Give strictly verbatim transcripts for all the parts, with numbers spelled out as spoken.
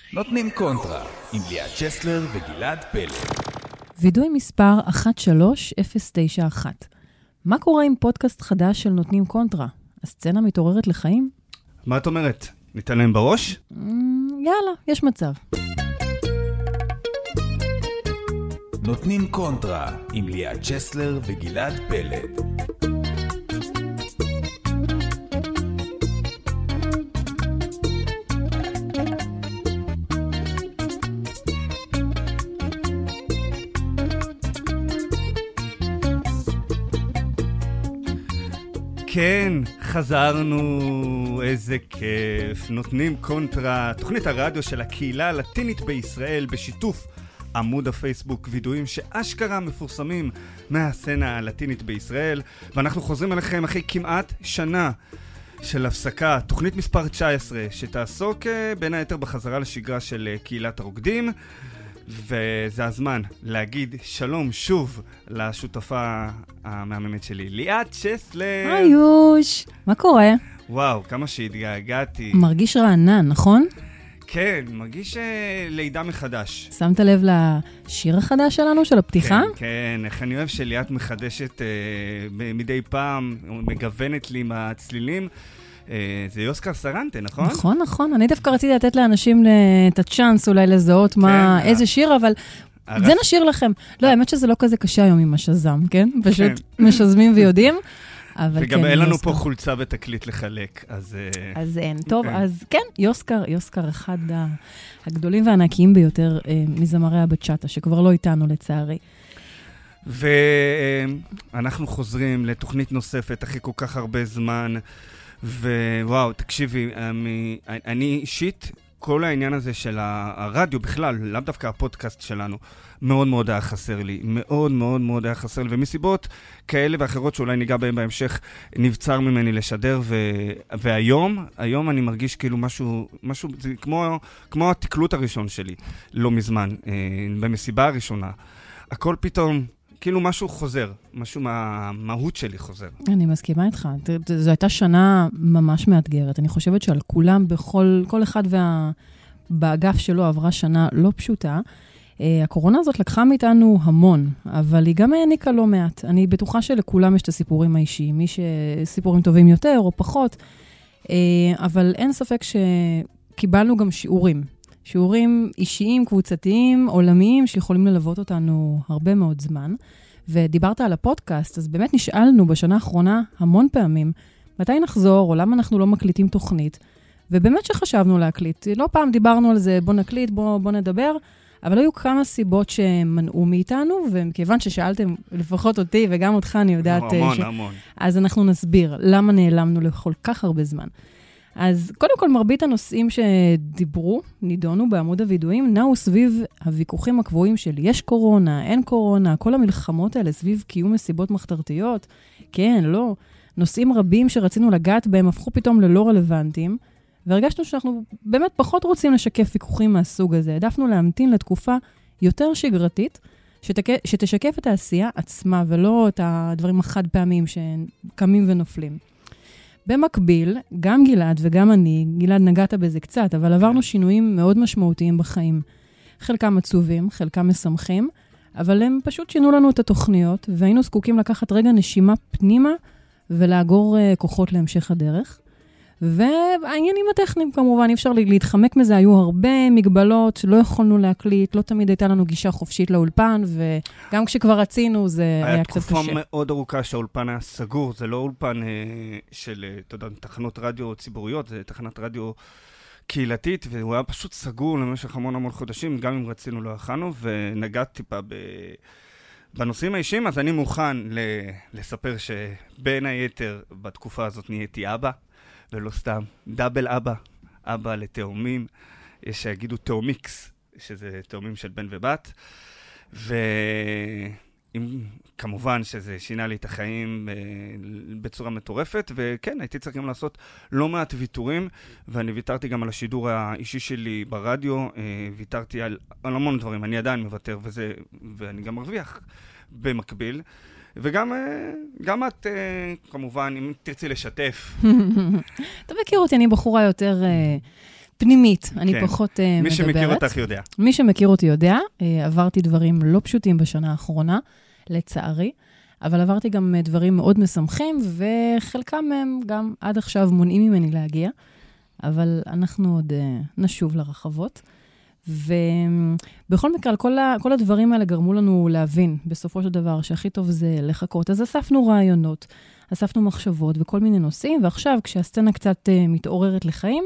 נותנים קונטרה עם ליאת צ'סלר וגלעד פלד. וידוי מספר אחת שלוש אפס תשע אחת. מה קורה עם פודקאסט חדש של נותנים קונטרה? הסצנה מתעוררת לחיים? מה את אומרת? ניתן להם בראש? יאללה, יש מצב. נותנים קונטרה עם ליאת צ'סלר וגלעד פלד. כן, חזרנו, איזה כיף. נותנים קונטרה, תוכנית הרדיו של הקהילה הלטינית בישראל בשיתוף עמוד הפייסבוק, וידועים שאשכרה מפורסמים מהסצנה הלטינית בישראל, ואנחנו חוזרים אליכם אחרי כמעט שנה של הפסקה, תוכנית מספר תשע עשרה, שתעסוק בין היתר בחזרה לשגרה של קהילת הרוקדים, וזה הזמן להגיד שלום שוב לשותפה המהממת שלי, ליאת צ'סלר. היוש, מה קורה? וואו, כמה שהתגעגעתי. מרגיש רענן, נכון? כן, מרגיש לידה מחדש. שמת לב לשיר החדש שלנו, של הפתיחה? כן, כן, איך אני אוהב שליאת מחדשת אה, מדי פעם, מגוונת לי עם הצלילים. זה יוסקר סרנטה, נכון? נכון, נכון. אני דווקא רציתי לתת לאנשים את הצ'אנס אולי לזהות מה, איזה שיר, אבל זה נשאיר לכם. לא, האמת שזה לא כזה קשה היום עם השזם, כן? פשוט משזמים ויודעים. וגם אין לנו פה חולצה ותקליט לחלק, אז... אז אין. טוב, אז כן, יוסקר, יוסקר אחד הגדולים והענקיים ביותר מזמרי הבצ'אטה, שכבר לא איתנו לצערי. ואנחנו חוזרים לתוכנית נוספת אחרי כל כך הרבה זמן, ווואו, תקשיבי, אני אישית, כל העניין הזה של הרדיו בכלל, לאו דווקא הפודקאסט שלנו, מאוד מאוד היה חסר לי, מאוד מאוד מאוד היה חסר לי, ומסיבות כאלה ואחרות שאולי ניגע בהם בהמשך, נבצר ממני לשדר, ו... והיום, היום אני מרגיש כאילו משהו, משהו, זה כמו, כמו התקלות הראשון שלי, לא מזמן, במסיבה הראשונה, הכל פתאום... כאילו משהו חוזר, משהו מהמהות שלי חוזר. אני מסכימה איתך. זו הייתה שנה ממש מאתגרת. אני חושבת שעל כולם, בכל, כל אחד וה, באגף שלו עברה שנה לא פשוטה. הקורונה הזאת לקחה מאיתנו המון, אבל היא גם העניקה לא מעט. אני בטוחה שלכולם יש את הסיפורים האישיים, מי שסיפורים טובים יותר או פחות, אבל אין ספק שקיבלנו גם שיעורים. שיעורים אישיים, קבוצתיים, עולמיים, שיכולים ללוות אותנו הרבה מאוד זמן. ודיברת על הפודקאסט, אז באמת נשאלנו בשנה האחרונה המון פעמים, מתי נחזור, או למה אנחנו לא מקליטים תוכנית, ובאמת שחשבנו להקליט. לא פעם דיברנו על זה, בוא נקליט, בוא, בוא נדבר, אבל היו כמה סיבות שמנעו מאיתנו, וכיוון ששאלתם לפחות אותי, וגם אותך אני יודעת... המון, ש... המון. אז אנחנו נסביר למה נעלמנו לכל כך הרבה זמן. אז קודם כל, מרבית הנושאים שדיברו, נידונו בעמוד הוידועים, נעו סביב הוויכוחים הקבועים של יש קורונה, אין קורונה, כל המלחמות האלה סביב קיום מסיבות מחתרתיות, כן, לא. נושאים רבים שרצינו לגעת בהם הפכו פתאום ללא רלוונטיים, והרגשנו שאנחנו באמת פחות רוצים לשקף ויכוחים מהסוג הזה. העדפנו להמתין לתקופה יותר שגרתית, שתק... שתשקף את העשייה עצמה, ולא את הדברים החד פעמים שקמים ונופלים. במקביל, גם גלעד וגם אני, גלעד נגעת בזה קצת, אבל עברנו שינויים מאוד משמעותיים בחיים. חלקם עצובים, חלקם משמחים, אבל הם פשוט שינו לנו את התוכניות, והיינו זקוקים לקחת רגע נשימה פנימה, ולאגור uh, כוחות להמשך הדרך. והעניינים הטכניים כמובן, אי אפשר להתחמק מזה, היו הרבה מגבלות, לא יכולנו להקליט, לא תמיד הייתה לנו גישה חופשית לאולפן, וגם כשכבר רצינו זה היה, היה קצת קשה. היה תקופה מאוד ארוכה שהאולפן היה סגור, זה לא אולפן אה, של תודה, תחנות רדיו ציבוריות, זה תחנת רדיו קהילתית, והוא היה פשוט סגור למשך המון המון חודשים, גם אם רצינו לא הכנו, ונגעתי טיפה ב... בנושאים האישיים, אז אני מוכן ל... לספר שבין היתר בתקופה הזאת נהייתי אבא, ולא סתם, דאבל אבא, אבא לתאומים, יש שיגידו תאומיקס, שזה תאומים של בן ובת, וכמובן שזה שינה לי את החיים בצורה מטורפת, וכן, הייתי צריך גם לעשות לא מעט ויתורים, ואני ויתרתי גם על השידור האישי שלי ברדיו, ויתרתי על, על המון דברים, אני עדיין מוותר, וזה, ואני גם מרוויח במקביל, וגם גם את, כמובן, אם תרצי לשתף. אתה מכיר אותי, אני בחורה יותר פנימית, אני כן. פחות uh, מדברת. מי שמכיר אותך יודע. מי שמכיר אותי יודע, uh, עברתי דברים לא פשוטים בשנה האחרונה, לצערי, אבל עברתי גם uh, דברים מאוד משמחים, וחלקם מהם גם עד עכשיו מונעים ממני להגיע, אבל אנחנו עוד uh, נשוב לרחבות. ובכל מקרה, כל, ה, כל הדברים האלה גרמו לנו להבין, בסופו של דבר, שהכי טוב זה לחכות. אז אספנו רעיונות, אספנו מחשבות וכל מיני נושאים, ועכשיו, כשהסצנה קצת uh, מתעוררת לחיים,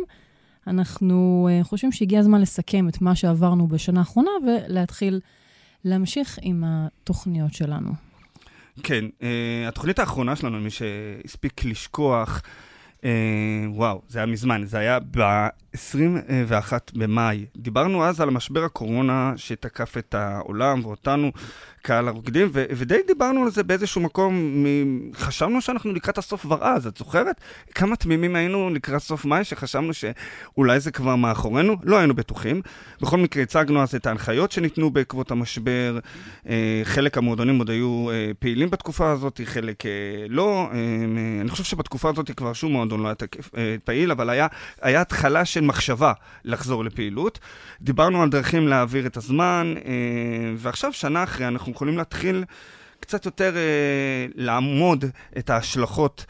אנחנו uh, חושבים שהגיע הזמן לסכם את מה שעברנו בשנה האחרונה, ולהתחיל להמשיך עם התוכניות שלנו. כן, uh, התוכנית האחרונה שלנו, מי שהספיק לשכוח, uh, וואו, זה היה מזמן, זה היה ב-עשרים ואחד במאי. דיברנו אז על משבר הקורונה שתקף את העולם ואותנו, קהל הרוקדים, ו- ודי דיברנו על זה באיזשהו מקום, מ- חשבנו שאנחנו לקראת הסוף כבר אז, את זוכרת? כמה תמימים היינו לקראת סוף מאי, שחשבנו שאולי זה כבר מאחורינו, לא היינו בטוחים. בכל מקרה, הצגנו אז את ההנחיות שניתנו בעקבות המשבר, אה, חלק המועדונים עוד היו אה, פעילים בתקופה הזאת, חלק אה, לא. אה, אני חושב שבתקופה הזאת כבר שום מועדון לא היה תקף, אה, פעיל, אבל היה, היה התחלה של מחשבה לחזור לפעילות. דיברנו על דרכים להעביר את הזמן, אה, ועכשיו, שנה אחרי, אנחנו יכולים להתחיל קצת יותר אה, לעמוד את ההשלכות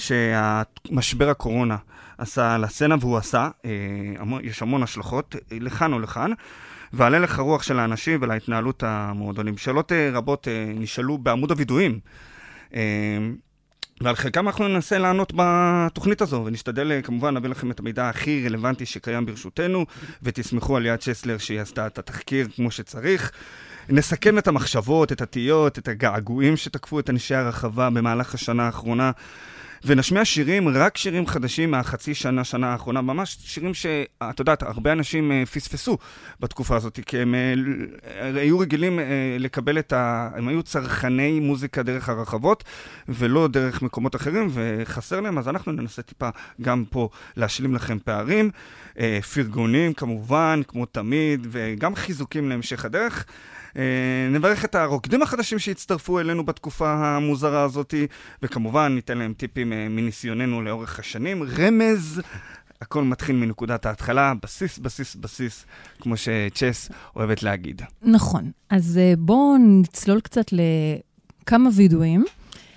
שהמשבר הקורונה עשה על הסצנה, והוא עשה, אה, המון, יש המון השלכות, אה, לכאן או לכאן, ועל הלך הרוח של האנשים ולהתנהלות המועדונים. שאלות אה, רבות אה, נשאלו בעמוד הוידועים, אה, ועל חלקם אנחנו ננסה לענות בתוכנית הזו, ונשתדל כמובן להביא לכם את המידע הכי רלוונטי שקיים ברשותנו, ותסמכו על ליאת צ'סלר שהיא עשתה את התחקיר כמו שצריך. נסכם את המחשבות, את התהיות, את הגעגועים שתקפו את אנשי הרחבה במהלך השנה האחרונה, ונשמיע שירים, רק שירים חדשים מהחצי שנה, שנה האחרונה, ממש שירים שאת יודעת, הרבה אנשים פספסו בתקופה הזאת, כי הם היו רגילים לקבל את ה... הם היו צרכני מוזיקה דרך הרחבות, ולא דרך מקומות אחרים, וחסר להם, אז אנחנו ננסה טיפה גם פה להשלים לכם פערים, פרגונים כמובן, כמו תמיד, וגם חיזוקים להמשך הדרך. נברך את הרוקדים החדשים שהצטרפו אלינו בתקופה המוזרה הזאת, וכמובן ניתן להם טיפים מניסיוננו לאורך השנים. רמז, הכל מתחיל מנקודת ההתחלה, בסיס, בסיס, בסיס, כמו שצ'ס אוהבת להגיד. נכון, אז בואו נצלול קצת לכמה וידועים.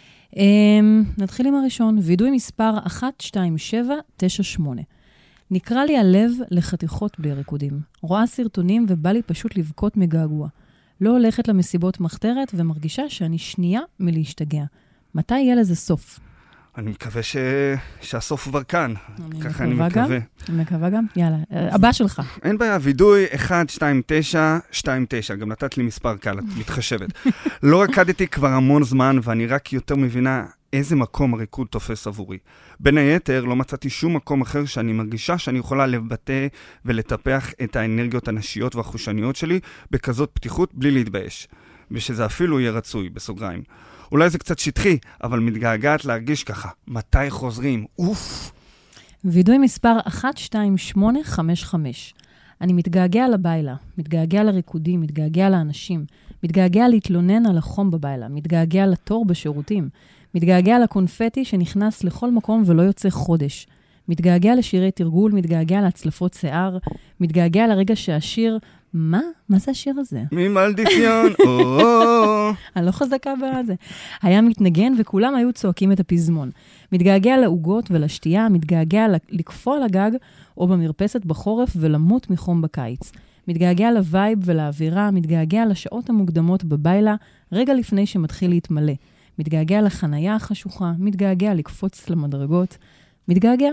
נתחיל עם הראשון, וידוי מספר אחת שתיים שבע תשע שמונה. נקרא לי הלב לחתיכות בלי ריקודים. רואה סרטונים ובא לי פשוט לבכות מגעגוע. לא הולכת למסיבות מחתרת ומרגישה שאני שנייה מלהשתגע. מתי יהיה לזה סוף? אני מקווה ש... שהסוף כבר כאן. אני ככה אני מקווה מקווה. גם. אני מקווה גם. יאללה, הבא שלך. אין בעיה, וידוי אחת שתיים תשע שתיים תשע. גם נתת לי מספר קל, את מתחשבת. לא רקדתי כבר המון זמן, ואני רק יותר מבינה איזה מקום הריקוד תופס עבורי. בין היתר, לא מצאתי שום מקום אחר שאני מרגישה שאני יכולה לבטא ולטפח את האנרגיות הנשיות והחושניות שלי בכזאת פתיחות בלי להתבייש. ושזה אפילו יהיה רצוי, בסוגריים. אולי זה קצת שטחי, אבל מתגעגעת להרגיש ככה. מתי חוזרים? אוף! וידוי מספר אחת שתיים שמונה חמש חמש. אני מתגעגע לביילה, מתגעגע לריקודים, מתגעגע לאנשים, מתגעגע להתלונן על החום בביילה, מתגעגע לתור בשירותים, מתגעגע לקונפטי שנכנס לכל מקום ולא יוצא חודש, מתגעגע לשירי תרגול, מתגעגע להצלפות שיער, מתגעגע לרגע שהשיר, מה? מה זה השיר הזה? ממלדיסיון, או... אני לא חזקה בזה. היה מתנגן וכולם היו צועקים את הפזמון. מתגעגע לעוגות ולשתייה, מתגעגע לקפוא על הגג או במרפסת בחורף ולמות מחום בקיץ. מתגעגע לווייב ולאווירה, מתגעגע לשעות המוקדמות בביילה, רגע לפני שמתחיל להתמלא. מתגעגע לחנייה החשוכה, מתגעגע לקפוץ למדרגות, מתגעגע.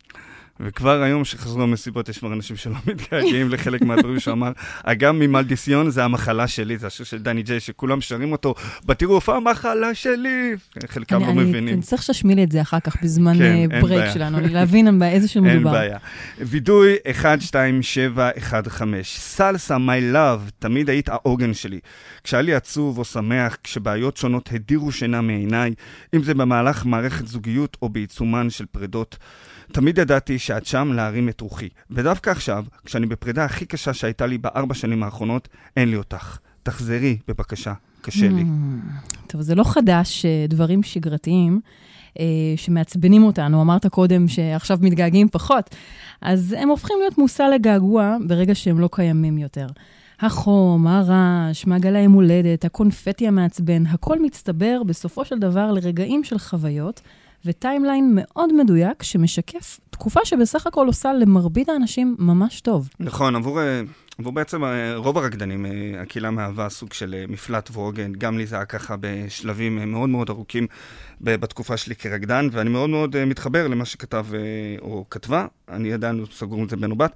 וכבר היום שחזרו המסיבות, יש כבר אנשים שלא מתגעגעים לחלק מהדברים שאמר, אגם ממלדיסיון זה המחלה שלי, זה השיר של דני ג'יי, שכולם שרים אותו, בטירוף המחלה שלי, חלקם לא מבינים. אני צריך שתשמיע לי את זה אחר כך בזמן ברייק שלנו, להבין באיזה שמדובר. אין בעיה. וידוי אחת שתיים שבע אחת חמש. סלסה, my love, תמיד היית העוגן שלי. כשהיה לי עצוב או שמח, כשבעיות שונות הדירו שינה מעיניי, אם זה במהלך מערכת זוגיות או בעיצומן של פרידות, תמיד ידעתי שאת שם להרים את רוחי. ודווקא עכשיו, כשאני בפרידה הכי קשה שהייתה לי בארבע שנים האחרונות, אין לי אותך. תחזרי, בבקשה. קשה לי. טוב, זה לא חדש, דברים שגרתיים. שמעצבנים אותנו. אמרת קודם שעכשיו מתגעגעים פחות, אז הם הופכים להיות מושא לגעגוע ברגע שהם לא קיימים יותר. החום, הרעש, מעגל היום הולדת, הקונפטי המעצבן, הכל מצטבר בסופו של דבר לרגעים של חוויות, וטיימליין מאוד מדויק שמשקף תקופה שבסך הכל עושה למרבית האנשים ממש טוב. נכון, עבור, עבור בעצם רוב הרקדנים, הקהילה מהווה סוג של מפלט ועוגן. גם לי זה היה ככה בשלבים מאוד מאוד ארוכים בתקופה שלי כרקדן, ואני מאוד מאוד מתחבר למה שכתב או כתבה, אני עדיין לא סגור את זה בן או בת,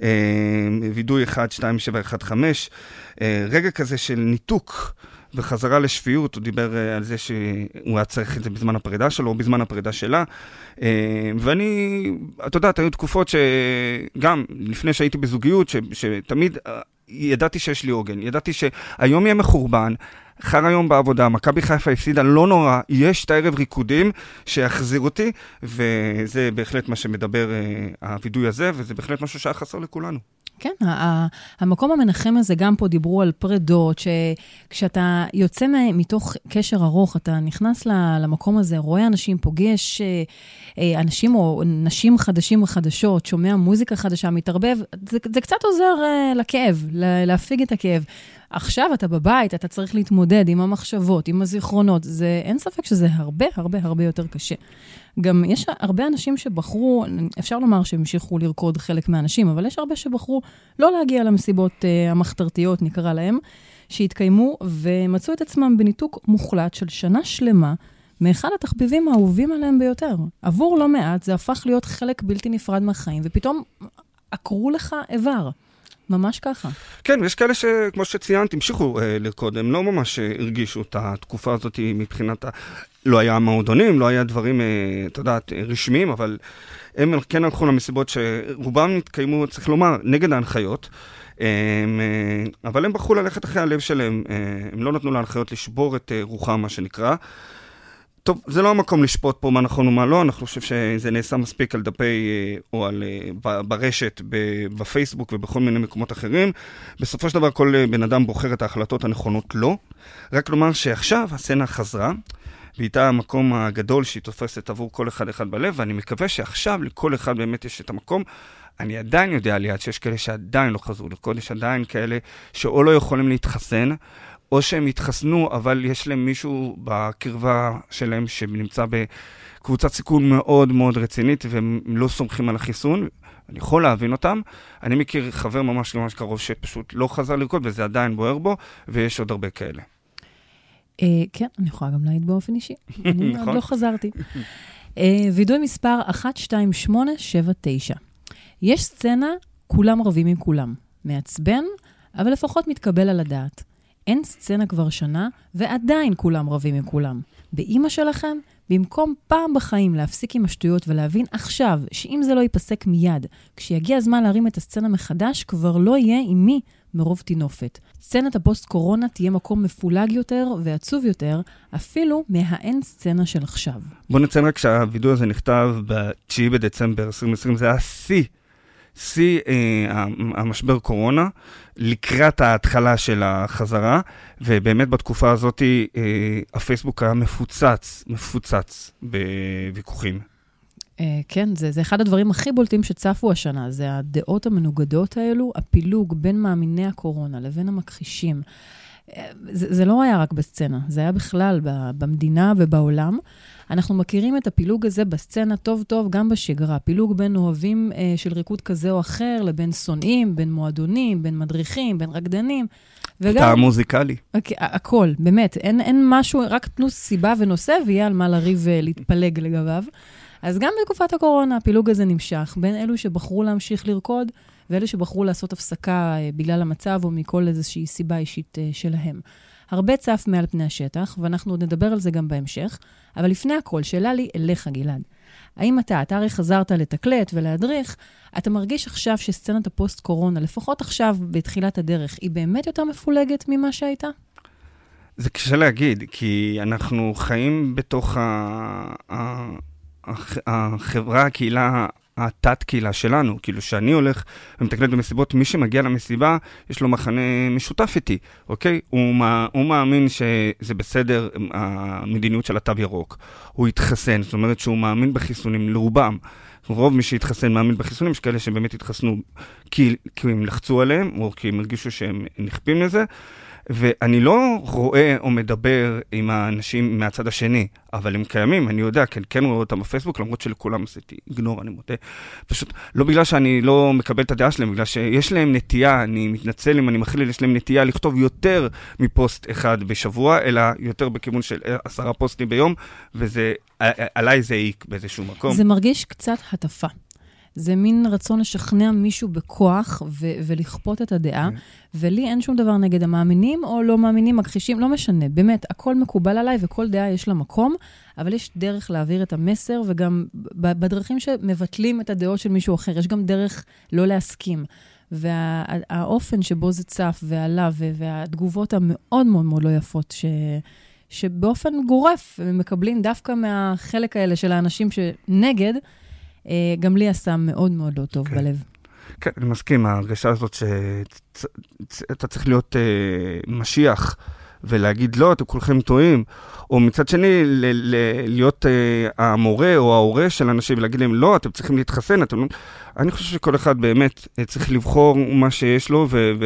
וידוי אחת שתיים שבע אחת חמש, רגע כזה של ניתוק, וחזרה לשפיות, הוא דיבר על זה שהוא היה צריך את זה בזמן הפרידה שלו, או בזמן הפרידה שלה. ואני, אתה יודעת, היו תקופות שגם לפני שהייתי בזוגיות, ש, שתמיד ידעתי שיש לי עוגן, ידעתי שהיום יהיה מחורבן, אחר היום בעבודה, מכבי חיפה הפסידה, לא נורא, יש את הערב ריקודים שיחזיר אותי, וזה בהחלט מה שמדבר הוידוי הזה, וזה בהחלט משהו שהיה חסר לכולנו. כן, המקום המנחם הזה, גם פה דיברו על פרדות, שכשאתה יוצא מתוך קשר ארוך, אתה נכנס למקום הזה, רואה אנשים, פוגש אנשים או נשים חדשים וחדשות, שומע מוזיקה חדשה, מתערבב, זה, זה קצת עוזר לכאב, להפיג את הכאב. עכשיו אתה בבית, אתה צריך להתמודד עם המחשבות, עם הזיכרונות, זה, אין ספק שזה הרבה, הרבה, הרבה יותר קשה. גם יש הרבה אנשים שבחרו, אפשר לומר שהם המשיכו לרקוד חלק מהאנשים, אבל יש הרבה שבחרו לא להגיע למסיבות uh, המחתרתיות, נקרא להם, שהתקיימו ומצאו את עצמם בניתוק מוחלט של שנה שלמה, מאחד התחביבים האהובים עליהם ביותר. עבור לא מעט, זה הפך להיות חלק בלתי נפרד מהחיים, ופתאום עקרו לך איבר. ממש ככה. כן, יש כאלה שכמו שציינת, המשיכו אה, לרקוד, הם לא ממש הרגישו את התקופה הזאת מבחינת ה... לא היה מועדונים, לא היה דברים, אה, אתה יודעת, רשמיים, אבל הם כן הלכו למסיבות שרובם התקיימו, צריך לומר, נגד ההנחיות, אה, אה, אבל הם בחרו ללכת אחרי הלב שלהם, אה, הם לא נתנו להנחיות לשבור את אה, רוחם, מה שנקרא. טוב, זה לא המקום לשפוט פה מה נכון ומה לא, אנחנו חושב שזה נעשה מספיק על דפי או על, ברשת, בפייסבוק ובכל מיני מקומות אחרים. בסופו של דבר כל בן אדם בוחר את ההחלטות הנכונות לא. רק לומר שעכשיו הסצנה חזרה, ואיתה המקום הגדול שהיא תופסת עבור כל אחד אחד בלב, ואני מקווה שעכשיו לכל אחד באמת יש את המקום. אני עדיין יודע ליד שיש כאלה שעדיין לא חזרו לרקוד, יש עדיין כאלה שאו לא יכולים להתחסן, או שהם התחסנו, אבל יש להם מישהו בקרבה שלהם שנמצא בקבוצת סיכון מאוד מאוד רצינית, והם לא סומכים על החיסון. אני יכול להבין אותם. אני מכיר חבר ממש ממש קרוב שפשוט לא חזר לרקוד, וזה עדיין בוער בו, ויש עוד הרבה כאלה. כן, אני יכולה גם להעיד באופן אישי. אני עוד לא חזרתי. וידוי מספר אחת שתיים שמונה שבע תשע. יש סצנה, כולם רבים עם כולם. מעצבן, אבל לפחות מתקבל על הדעת. אין סצנה כבר שנה, ועדיין כולם רבים עם כולם. באמא שלכם, במקום פעם בחיים להפסיק עם השטויות ולהבין עכשיו, שאם זה לא ייפסק מיד, כשיגיע הזמן להרים את הסצנה מחדש, כבר לא יהיה עם מי מרוב תינופת. סצנת הפוסט-קורונה תהיה מקום מפולג יותר ועצוב יותר, אפילו מהאין סצנה של עכשיו. בוא נציין רק שהווידאו הזה נכתב ב-תשיעי בדצמבר עשרים עשרים, זה היה שיא. שיא אה, המשבר קורונה, לקראת ההתחלה של החזרה, ובאמת בתקופה הזאת אה, הפייסבוק היה מפוצץ, מפוצץ בוויכוחים. אה, כן, זה, זה אחד הדברים הכי בולטים שצפו השנה, זה הדעות המנוגדות האלו, הפילוג בין מאמיני הקורונה לבין המכחישים. אה, זה, זה לא היה רק בסצנה, זה היה בכלל במדינה ובעולם. אנחנו מכירים את הפילוג הזה בסצנה טוב טוב גם בשגרה. פילוג בין אוהבים אה, של ריקוד כזה או אחר, לבין שונאים, בין מועדונים, בין מדריכים, בין רקדנים. וגם... אתה מוזיקלי. Okay, הכל, באמת. אין, אין משהו, רק תנו סיבה ונושא, ויהיה על מה לריב להתפלג לגביו. אז גם בתקופת הקורונה, הפילוג הזה נמשך, בין אלו שבחרו להמשיך לרקוד, ואלו שבחרו לעשות הפסקה אה, בגלל המצב, או מכל איזושהי סיבה אישית אה, שלהם. הרבה צף מעל פני השטח, ואנחנו עוד נדבר על זה גם בהמשך, אבל לפני הכל, שאלה לי אליך, גלעד. האם אתה, אתה הרי חזרת לתקלט ולהדריך, אתה מרגיש עכשיו שסצנת הפוסט-קורונה, לפחות עכשיו בתחילת הדרך, היא באמת יותר מפולגת ממה שהייתה? זה קשה להגיד, כי אנחנו חיים בתוך ה... החברה, הקהילה התת קהילה שלנו, כאילו שאני הולך ומתקלט במסיבות, מי שמגיע למסיבה, יש לו מחנה משותף איתי, אוקיי? הוא, מה, הוא מאמין שזה בסדר, המדיניות של התו ירוק. הוא יתחסן, זאת אומרת שהוא מאמין בחיסונים לרובם. רוב מי שהתחסן מאמין בחיסונים, יש כאלה שבאמת התחסנו כי, כי הם לחצו עליהם, או כי הם הרגישו שהם נכפים לזה, ואני לא רואה או מדבר עם האנשים מהצד השני, אבל הם קיימים, אני יודע, כן, כן רואה אותם בפייסבוק, למרות שלכולם עשיתי איגנור, אני מודה. פשוט, לא בגלל שאני לא מקבל את הדעה שלהם, בגלל שיש להם נטייה, אני מתנצל אם אני מכליל, יש להם נטייה לכתוב יותר מפוסט אחד בשבוע, אלא יותר בכיוון של עשרה פוסטים ביום, וזה, עליי זה העיק באיזשהו מקום. זה מרגיש קצת הטפה. זה מין רצון לשכנע מישהו בכוח ו- ולכפות את הדעה, mm. ולי אין שום דבר נגד המאמינים או לא מאמינים, מכחישים, לא משנה. באמת, הכל מקובל עליי וכל דעה יש לה מקום, אבל יש דרך להעביר את המסר, וגם בדרכים שמבטלים את הדעות של מישהו אחר, יש גם דרך לא להסכים. והאופן וה- שבו זה צף ועלה, והתגובות המאוד מאוד מאוד לא יפות, ש... שבאופן גורף הם מקבלים דווקא מהחלק האלה של האנשים שנגד, גם לי עשה מאוד מאוד לא טוב בלב. כן, אני מסכים, ההרגשה הזאת שאתה צריך להיות משיח ולהגיד לא, אתם כולכם טועים, או מצד שני להיות המורה או ההורה של אנשים ולהגיד להם לא, אתם צריכים להתחסן, אני חושב שכל אחד באמת צריך לבחור מה שיש לו,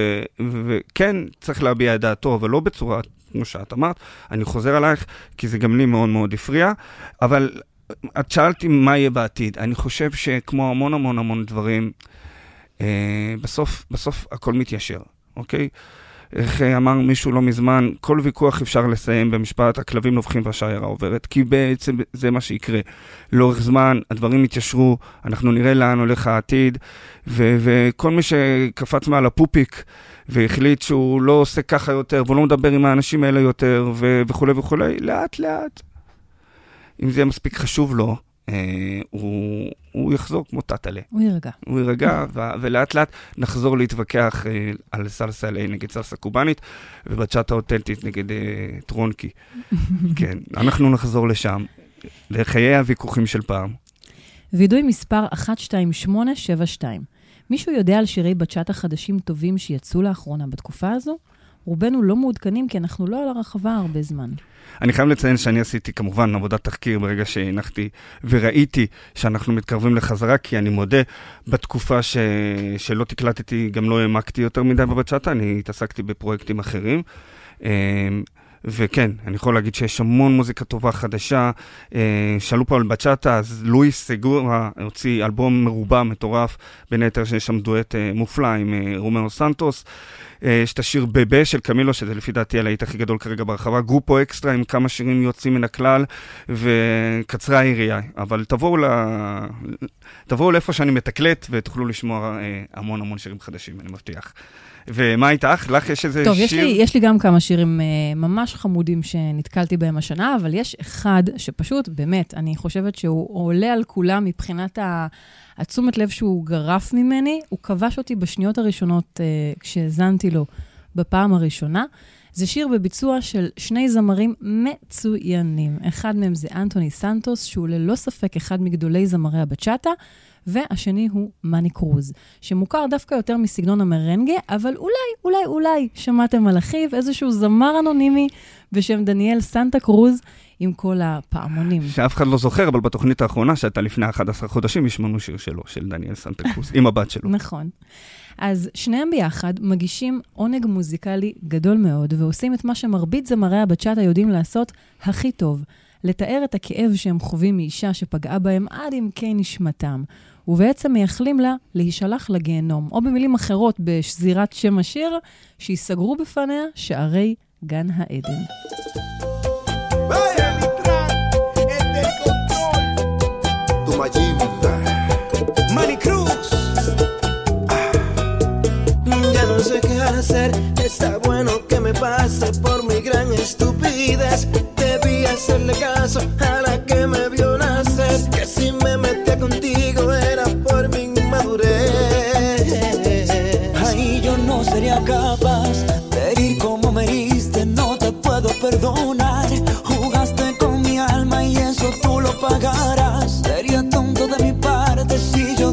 וכן צריך להביע את דעתו, אבל לא בצורה, כמו שאת אמרת, אני חוזר עלייך, כי זה גם לי מאוד מאוד הפריע, אבל את שאלתי מה יהיה בעתיד. אני חושב שכמו המון המון המון דברים, אה, בסוף, בסוף הכל מתיישר, אוקיי? איך אמר מישהו לא מזמן, כל ויכוח אפשר לסיים במשפט, הכלבים נובחים והשיירה עוברת, כי בעצם זה מה שיקרה. לאורך זמן, הדברים יתיישרו, אנחנו נראה לאן הולך העתיד, ו- וכל מי שקפץ מעל הפופיק, והחליט שהוא לא עושה ככה יותר, והוא לא מדבר עם האנשים האלה יותר, ו- וכו' וכו', לאט לאט. אם זה מספיק חשוב לו, אה, הוא, הוא יחזור כמו טאטלה. הוא ירגע. הוא ירגע, ו- ולאט לאט נחזור להתווכח אה, על סלסה אליי נגד סלסה קובנית, ובצ'אטה אותנטית נגד אה, טרונקי. כן, אנחנו נחזור לשם, לחיי הוויכוחים של פעם. וידוי מספר אחת שתיים שמונה שבע שתיים. מישהו יודע על שירי בצ'אטה חדשים טובים שיצאו לאחרונה בתקופה הזו? רובנו לא מעודכנים, כי אנחנו לא על הרחבה הרבה זמן. אני חייב לציין שאני עשיתי כמובן עבודת תחקיר ברגע שהנחתי וראיתי שאנחנו מתקרבים לחזרה, כי אני מודה בתקופה ש... שלא תקלטתי, גם לא העמקתי יותר מדי בבצ'אטה, אני התעסקתי בפרויקטים אחרים. וכן, אני יכול להגיד שיש המון מוזיקה טובה חדשה. שאלו פה על בצ'אטה, אז לואיס סגורה הוציא אלבום מרובע מטורף, בין היתר שיש שם דואט מופלא עם רומאו סנטוס. יש את השיר בבה של קמילו, שזה לפי דעתי הלהיט הכי גדול כרגע ברחבה, גרופו אקסטרה עם כמה שירים יוצאים מן הכלל, וקצרה היריעה. אבל תבואו, ל... תבואו לאיפה שאני מתקלט, ותוכלו לשמוע המון המון שירים חדשים, אני מבטיח. ומה איתך? לך יש איזה טוב, שיר? טוב, יש, יש לי גם כמה שירים uh, ממש חמודים שנתקלתי בהם השנה, אבל יש אחד שפשוט, באמת, אני חושבת שהוא עולה על כולם מבחינת התשומת לב שהוא גרף ממני, הוא כבש אותי בשניות הראשונות uh, כשהזנתי לו בפעם הראשונה. זה שיר בביצוע של שני זמרים מצוינים. אחד מהם זה אנטוני סנטוס, שהוא ללא ספק אחד מגדולי זמרי הבצ'אטה, והשני הוא מני קרוז, שמוכר דווקא יותר מסגנון המרנגה, אבל אולי, אולי, אולי שמעתם על אחיו, איזשהו זמר אנונימי בשם דניאל סנטה קרוז, עם כל הפעמונים. שאף אחד לא זוכר, אבל בתוכנית האחרונה, שהייתה לפני אחד עשר חודשים, ישמענו שיר שלו, של דניאל סנטה קרוז, עם הבת שלו. נכון. אז שניהם ביחד מגישים עונג מוזיקלי גדול מאוד, ועושים את מה שמרבית זמרי הבצ'אטה יודעים לעשות הכי טוב, לתאר את הכאב שהם חווים מאישה שפגעה בהם עד עמקי נשמתם, ובעצם מייחלים לה להישלח לגיהנום, או במילים אחרות בשזירת שם השיר, שיסגרו בפניה שערי גן העדן. Mani Cruz. Ya no sé qué hacer, está bueno que me pase por mi gran estupidez. Debí hacerle caso a la que me vio nacer, que si me metía contigo era por mi inmadurez. Ay, yo no sería capaz de herir como me heriste, no te puedo perdonar. Jugaste con mi alma y eso tú lo pagarás. Sería tonto de mi parte si yo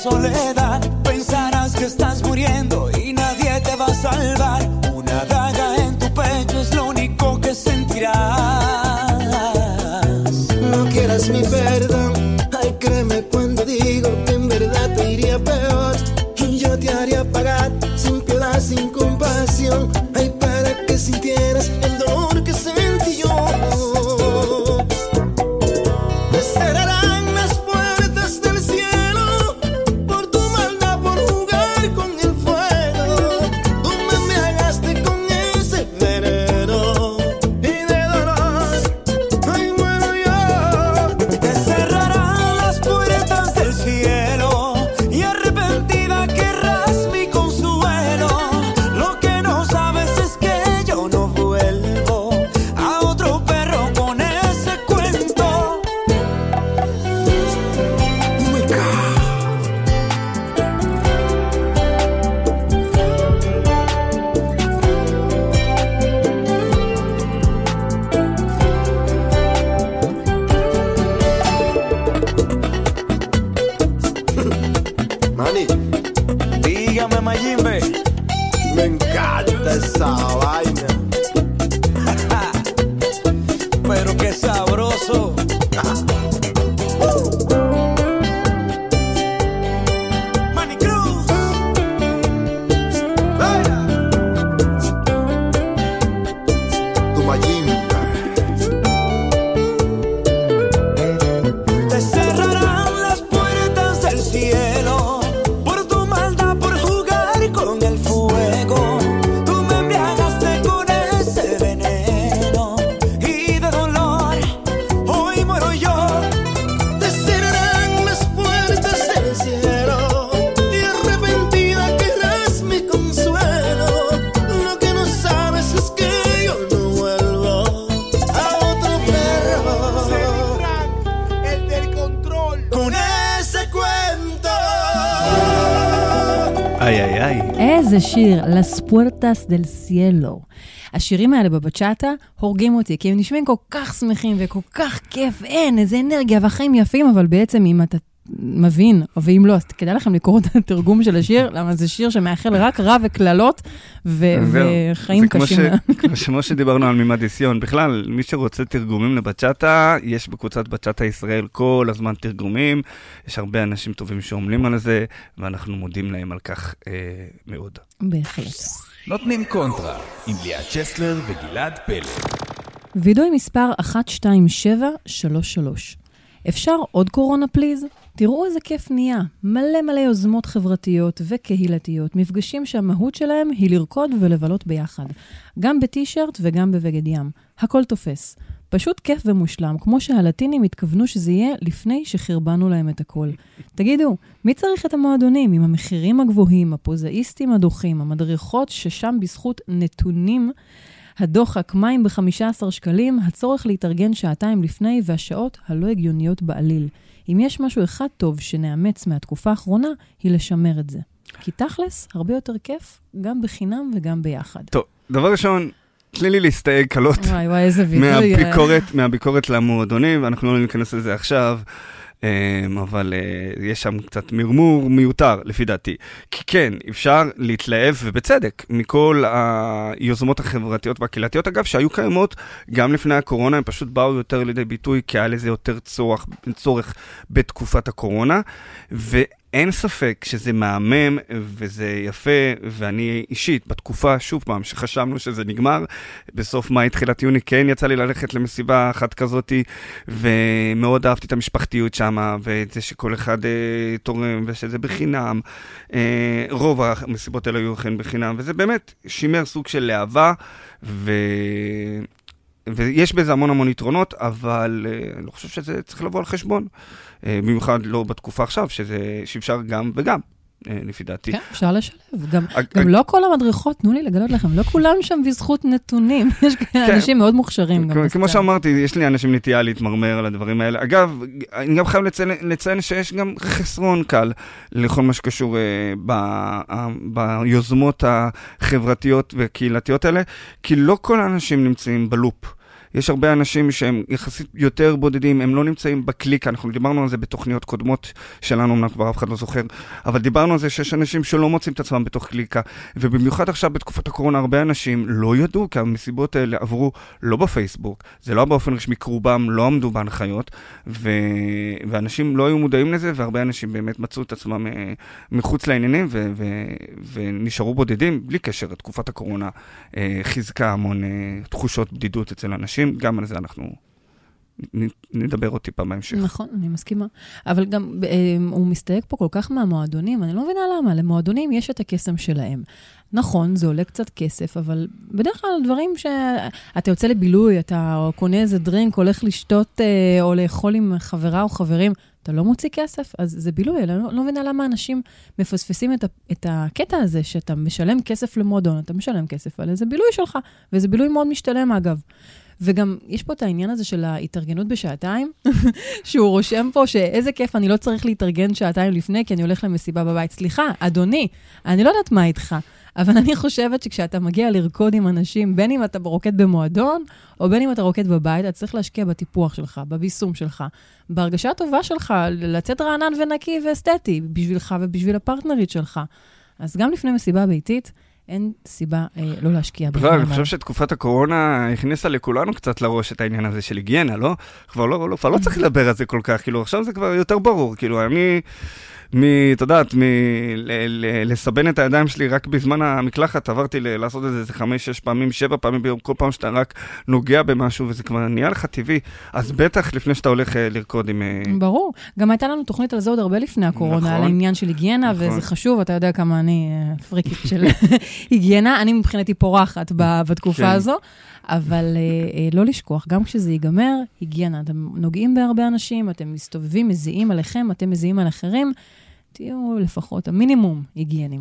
soledad. Pensarás que estás muriendo y nadie te va a salvar. Una daga en tu pecho es lo único que sentirás. No quieras mi perdón, ay créeme cuando digo que en verdad te iría peor. Y yo te haría pagar sin piedad, sin compasión, ay para que sintieras el dolor que sentí yo. Te cerrarán las puertas del cielo por tu maldad, por jugar con el fuego. Tú me embriagaste con ese veneno y de dolor, ay muero yo. Te cerrarán las puertas del cielo y arrepentida querrás mi consuelo. Lo que no sabes es que yo no vuelvo a otro perro con ese cuento. Oh my God. Manny, Dígame, Mayimbe. me encanta esa vaina. Pero qué sabroso. Manny Cruz. Baila. Tu Mayimbe. Te cerrarán las puertas del cielo por tu maldad, por jugar con el fuego. Tú me embriagaste con ese veneno y de dolor hoy muero yo. Te cerrarán las puertas del cielo y arrepentida querrás mi consuelo. Lo que no sabes es que yo no vuelvo a otro perro El del control. con ese cuento. איי איי איי. איזה שיר, Las Puertas del Cielo. השירים האלה בבצ'אטה הורגים אותי, כי הם נשמעים כל כך שמחים וכל כך כיף, אין, איזה אנרגיה והחיים יפים, אבל בעצם אם אתה מבין, ואם לא, אז כדאי לכם לקרוא את התרגום של השיר, למה זה שיר שמאחל רק רע וכללות ו- וחיים זה כמו קשים. ש- כמו שדיברנו על מימד ניסיון, בכלל, מי שרוצה תרגומים לבצ'אטה, יש בקבוצת בצ'אטה ישראל כל הזמן תרגומים, יש הרבה אנשים טובים שעומלים על זה, ואנחנו מודים להם על כך אה, מאוד. בהחלט. נותנים קונטרה עם ליאת צ'סלר וגלעד פלד. וידוי מספר אחת שתיים שבע שלוש שלוש. אפשר עוד קורונה פליז? תראו איזה כיף נהיה. מלא מלא יוזמות חברתיות וקהילתיות, מפגשים שהמהות שלהם היא לרקוד ולבלות ביחד. גם בטי-שירט וגם בבגד ים. הכל תופס. פשוט כיף ומושלם, כמו שהלטינים התכוונו שזה יהיה לפני שחרבנו להם את הכל. תגידו, מי צריך את המועדונים עם המחירים הגבוהים, הפוזאיסטים הדוחים, המדריכות ששם בזכות נתונים, הדוחק מים ב-חמישה עשר שקלים, הצורך להתארגן שעתיים לפני והשעות הלא הגיוניות בעליל. אם יש משהו אחד טוב שנאמץ מהתקופה האחרונה, היא לשמר את זה. כי תכלס, הרבה יותר כיף, גם בחינם וגם ביחד. טוב, דבר ראשון, תני לי להסתייג קלות וואי וואי, איזה וידוי. מהביקורת, מהביקורת למועדונים, ואנחנו לא ניכנס לזה עכשיו, אבל יש שם קצת מרמור מיותר, לפי דעתי. כי כן, אפשר להתלהב, ובצדק, מכל היוזמות החברתיות והקהילתיות, אגב, שהיו קיימות גם לפני הקורונה, הם פשוט באו יותר לידי ביטוי, כי היה לזה יותר צורך, צורך בתקופת הקורונה, ואין ספק שזה מהמם, וזה יפה, ואני אישית, בתקופה, שוב פעם, שחשבנו שזה נגמר, בסוף מאי, תחילת יוני, כן, יצא לי ללכת למסיבה אחת כזאת, ומאוד אהבתי את המשפחתיות שם, ואת זה שכל אחד אה, תורם, ושזה בחינם. אה, רוב המסיבות האלה היו אכן בחינם, וזה באמת שימר סוג של להבה, ו... ויש בזה המון המון יתרונות, אבל uh, אני לא חושב שזה צריך לבוא על חשבון. Uh, במיוחד לא בתקופה עכשיו, שזה, שאפשר גם וגם, uh, לפי דעתי. כן, אפשר לשלב. גם, גם לא כל המדריכות, תנו לי לגלות לכם, לא כולם שם בזכות נתונים. יש אנשים מאוד מוכשרים גם. כמו שאמרתי, יש לי אנשים נטייה להתמרמר על הדברים האלה. אגב, אני גם חייב לציין, לציין שיש גם חסרון קל לכל מה שקשור uh, ב, uh, ביוזמות החברתיות וקהילתיות האלה, כי לא כל האנשים נמצאים בלופ. יש הרבה אנשים שהם יחסית יותר בודדים, הם לא נמצאים בקליקה, אנחנו דיברנו על זה בתוכניות קודמות שלנו, אמנם כבר אף אחד לא זוכר, אבל דיברנו על זה שיש אנשים שלא מוצאים את עצמם בתוך קליקה, ובמיוחד עכשיו בתקופת הקורונה, הרבה אנשים לא ידעו, כי המסיבות האלה עברו לא בפייסבוק, זה לא באופן רשמי, קרובם לא עמדו בהנחיות, ו... ואנשים לא היו מודעים לזה, והרבה אנשים באמת מצאו את עצמם מחוץ לעניינים, ו... ו... ונשארו בודדים, בלי קשר, תקופת הקורונה חיזקה המון תחושות בדידות אצל אנשים, גם על זה אנחנו נדבר עוד טיפה בהמשך. נכון, אני מסכימה. אבל גם הוא מסתייג פה כל כך מהמועדונים, אני לא מבינה למה, למועדונים יש את הקסם שלהם. נכון, זה עולה קצת כסף, אבל בדרך כלל דברים שאתה יוצא לבילוי, אתה קונה איזה דרינק, הולך לשתות או לאכול עם חברה או חברים, אתה לא מוציא כסף, אז זה בילוי. אני לא, לא מבינה למה אנשים מפספסים את, ה, את הקטע הזה, שאתה משלם כסף למועדון, אתה משלם כסף על איזה בילוי שלך, וזה בילוי מאוד משתלם אגב. וגם יש פה את העניין הזה של ההתארגנות בשעתיים, שהוא רושם פה שאיזה כיף, אני לא צריך להתארגן שעתיים לפני, כי אני הולך למסיבה בבית. סליחה, אדוני, אני לא יודעת מה איתך, אבל אני חושבת שכשאתה מגיע לרקוד עם אנשים, בין אם אתה רוקד במועדון, או בין אם אתה רוקד בבית, אתה צריך להשקיע בטיפוח שלך, בביסום שלך, בהרגשה הטובה שלך, לצאת רענן ונקי ואסתטי, בשבילך ובשביל הפרטנרית שלך. אז גם לפני מסיבה ביתית, אין סיבה אה, לא להשקיע. בכלל, אני חושב שתקופת הקורונה הכניסה לכולנו קצת לראש את העניין הזה של היגיינה, לא? כבר לא, לא, כבר לא צריך לדבר על זה כל כך, כאילו, עכשיו זה כבר יותר ברור, כאילו, אני... מ, אתה יודעת, מ, ל, ל, לסבן את הידיים שלי רק בזמן המקלחת, עברתי ל, לעשות את זה חמש, שש פעמים, שבע פעמים ביום, כל פעם שאתה רק נוגע במשהו, וזה כבר נהיה לך טבעי, אז בטח לפני שאתה הולך לרקוד עם... ברור. גם הייתה לנו תוכנית על זה עוד הרבה לפני הקורונה, נכון, על העניין של היגיינה, נכון. וזה חשוב, אתה יודע כמה אני פריקית של היגיינה, אני מבחינתי פורחת בתקופה כן. הזו, אבל לא לשכוח, גם כשזה ייגמר, היגיינה, אתם נוגעים בהרבה אנשים, אתם מסתובבים, מזיעים עליכם, אתם מזיעים על אחרים, תהיו לפחות המינימום היגיינים.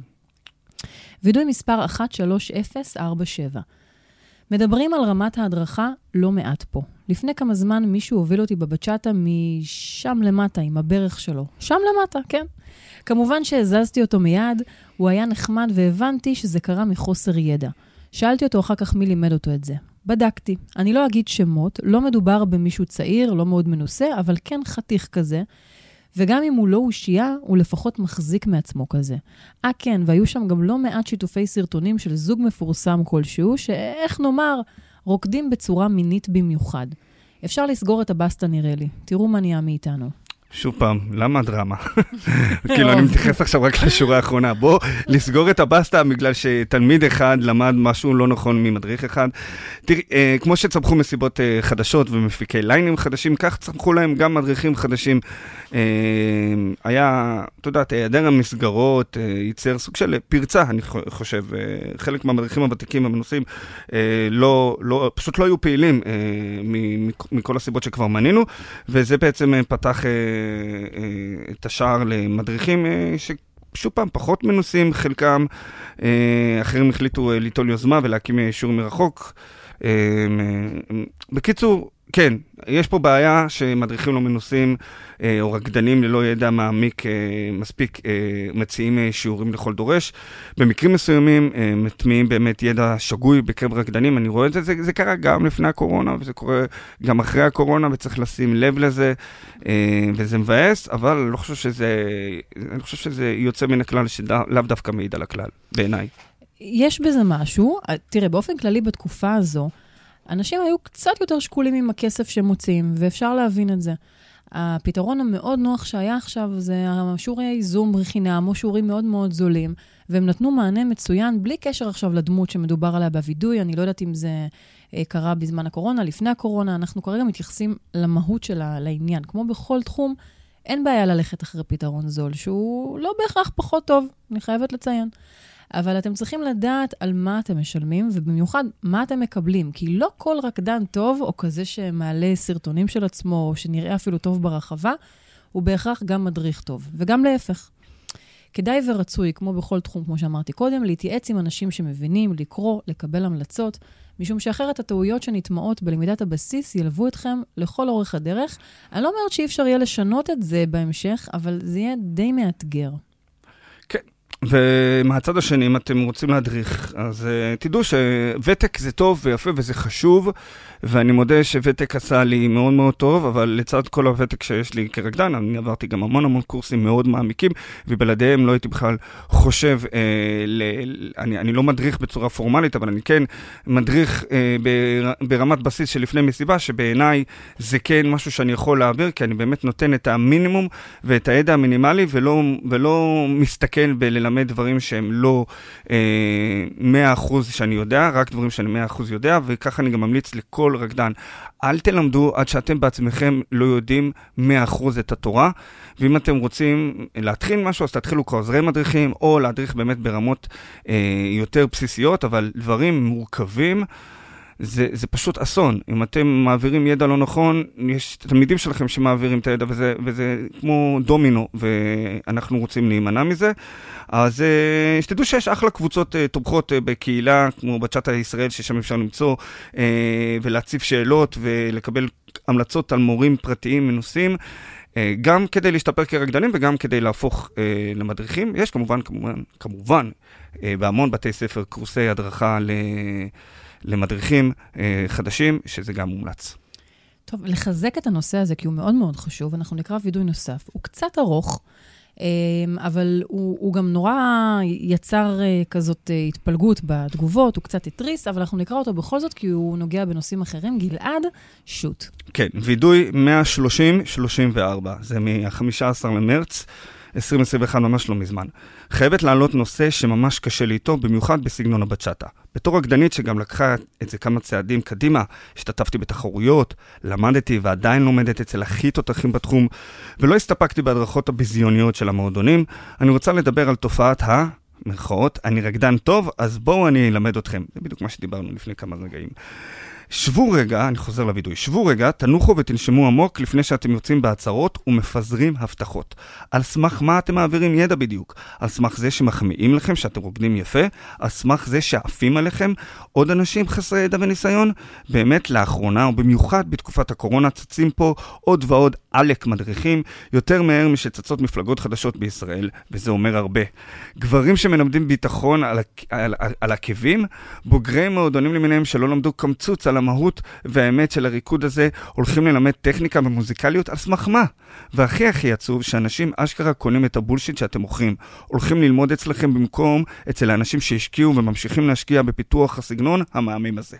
וידוי מספר אחת שלוש אפס ארבע שבע. מדברים על רמת ההדרכה לא מעט פה. לפני כמה זמן מישהו הוביל אותי בבצ'אטה משם למטה עם הברך שלו. שם למטה, כן. כמובן שהזזתי אותו מיד, הוא היה נחמד והבנתי שזה קרה מחוסר ידע. שאלתי אותו אחר כך מי לימד אותו את זה. בדקתי. אני לא אגיד שמות, לא מדובר במישהו צעיר, לא מאוד מנוסה, אבל כן חתיך כזה. וגם אם הוא לא אושייה, הוא לפחות מחזיק מעצמו כזה. אה כן, והיו שם גם לא מעט שיתופי סרטונים של זוג מפורסם כלשהו, שאיך נאמר, רוקדים בצורה מינית במיוחד. אפשר לסגור את הבסטה נראה לי. תראו מה נהיה מאיתנו. שוב פעם, למה דרמה? כאילו, אני מתייחס עכשיו רק לשורה האחרונה. בוא לסגור את הבסטה בגלל שתלמיד אחד למד משהו לא נכון ממדריך אחד. תראי, אה, כמו שצמחו מסיבות אה, חדשות ומפיקי ליינים חדשים, כך צמחו להם גם מדריכים חדשים. אה, היה, אתה יודעת, היעדר המסגרות, אה, ייצר סוג של פרצה, אני חושב. אה, חלק מהמדריכים הוותיקים המנוסים אה, לא, לא, פשוט לא היו פעילים אה, מכל הסיבות שכבר מנינו, וזה בעצם אה, פתח... אה, את השער למדריכים ששוב פעם פחות מנוסים, חלקם אחרים החליטו ליטול יוזמה ולהקים שיעור מרחוק. בקיצור, כן, יש פה בעיה שמדריכים לא מנוסים או רקדנים ללא ידע מעמיק מספיק מציעים שיעורים לכל דורש. במקרים מסוימים מטמיעים באמת ידע שגוי בקרב רקדנים, אני רואה את זה, זה, זה קרה גם לפני הקורונה וזה קורה גם אחרי הקורונה וצריך לשים לב לזה וזה מבאס, אבל אני לא חושב שזה, אני חושב שזה יוצא מן הכלל שלאו דווקא מעיד על הכלל, בעיניי. יש בזה משהו, תראה, באופן כללי בתקופה הזו, אנשים היו קצת יותר שקולים עם הכסף שמוצאים, ואפשר להבין את זה. הפתרון המאוד נוח שהיה עכשיו, זה השיעורי זום חינם, או שיעורים מאוד מאוד זולים, והם נתנו מענה מצוין, בלי קשר עכשיו לדמות שמדובר עליה בווידוי, אני לא יודעת אם זה קרה בזמן הקורונה, לפני הקורונה, אנחנו כרגע מתייחסים למהות של העניין. כמו בכל תחום, אין בעיה ללכת אחרי פתרון זול, שהוא לא בהכרח פחות טוב, אני חייבת לציין. אבל אתם צריכים לדעת על מה אתם משלמים, ובמיוחד מה אתם מקבלים, כי לא כל רקדן טוב, או כזה שמעלה סרטונים של עצמו, או שנראה אפילו טוב ברחבה, הוא בהכרח גם מדריך טוב, וגם להפך. כדאי ורצוי, כמו בכל תחום, כמו שאמרתי קודם, להתייעץ עם אנשים שמבינים, לקרוא, לקבל המלצות, משום שאחרת הטעויות שנטמעות בלמידת הבסיס ילוו אתכם לכל אורך הדרך. אני לא אומרת שאי אפשר יהיה לשנות את זה בהמשך, אבל זה יהיה די מאתגר. כן. ומהצד השני, אם אתם רוצים להדריך, אז uh, תדעו שוותק זה טוב ויפה וזה חשוב, ואני מודה שוותק עשה לי מאוד מאוד טוב, אבל לצד כל הוותק שיש לי כרקדן, אני עברתי גם המון המון קורסים מאוד מעמיקים, ובלעדיהם לא הייתי בכלל חושב, אה, ל, אני, אני לא מדריך בצורה פורמלית, אבל אני כן מדריך אה, בר, ברמת בסיס של לפני מסיבה, שבעיניי זה כן משהו שאני יכול להעביר, כי אני באמת נותן את המינימום ואת הידע המינימלי, ולא, ולא מסתכל בללמד דברים שהם לא אה, מאה אחוז שאני יודע, רק דברים שאני מאה אחוז יודע, וככה אני גם ממליץ לכל רקדן. אל תלמדו עד שאתם בעצמכם לא יודעים מאה אחוז את התורה, ואם אתם רוצים להתחיל משהו, אז תתחילו כעוזרי מדריכים, או להדריך באמת ברמות אה, יותר בסיסיות, אבל דברים מורכבים, זה, זה פשוט אסון. אם אתם מעבירים ידע לא נכון, יש תלמידים שלכם שמעבירים את הידע, וזה, וזה כמו דומינו, ואנחנו רוצים להימנע מזה. אז uh, שתדעו שיש אחלה קבוצות uh, תומכות uh, בקהילה, כמו בצ'אט הישראל, ששם אפשר למצוא uh, ולהציף שאלות ולקבל המלצות על מורים פרטיים מנוסים, uh, גם כדי להשתפר כרקדנים וגם כדי להפוך uh, למדריכים. יש כמובן, כמובן, כמובן, uh, בהמון בתי ספר קורסי הדרכה ל... למדריכים אה, חדשים, שזה גם מומלץ. טוב, לחזק את הנושא הזה, כי הוא מאוד מאוד חשוב, אנחנו נקרא וידוי נוסף. הוא קצת ארוך, אה, אבל הוא, הוא גם נורא יצר אה, כזאת אה, התפלגות בתגובות, הוא קצת התריס, אבל אנחנו נקרא אותו בכל זאת, כי הוא נוגע בנושאים אחרים. גלעד, שוט. כן, וידוי מאה שלושים שלושים וארבע, זה מה-חמישה עשר למרץ, עשרים עשרים ואחת, ממש לא מזמן. חייבת לעלות נושא שממש קשה לי איתו, במיוחד בסגנון הבצ'אטה. בתור רקדנית שגם לקחה את זה כמה צעדים קדימה, השתתפתי בתחרויות, למדתי ועדיין לומדת אצל הכי תותחים בתחום, ולא הסתפקתי בהדרכות הביזיוניות של המועדונים. אני רוצה לדבר על תופעת ה... מרכאות, אני רקדן טוב, אז בואו אני אלמד אתכם. זה בדיוק מה שדיברנו לפני כמה רגעים. שבו רגע, אני חוזר לוידוי, שבו רגע, תנוחו ותנשמו עמוק לפני שאתם יוצאים בהצהרות ומפזרים הבטחות. על סמך מה אתם מעבירים ידע בדיוק? על סמך זה שמחמיאים לכם שאתם רוקדים יפה? על סמך זה שעפים עליכם עוד אנשים חסרי ידע וניסיון? באמת לאחרונה, ובמיוחד בתקופת הקורונה, צצים פה עוד ועוד עלק מדריכים, יותר מהר משצצות מפלגות חדשות בישראל, וזה אומר הרבה. גברים שמלמדים ביטחון על, על, על, על עקבים, בוגרי מועדונים למיניהם שלא למדו קמצוץ על המהות והאמת של הריקוד הזה, הולכים ללמד טכניקה ומוזיקליות על סמך מה? והכי הכי עצוב שאנשים אשכרה קונים את הבולשיט שאתם מוכרים, הולכים ללמוד אצלכם במקום אצל האנשים שהשקיעו וממשיכים להשקיע בפיתוח הסגנון המאמים הזה.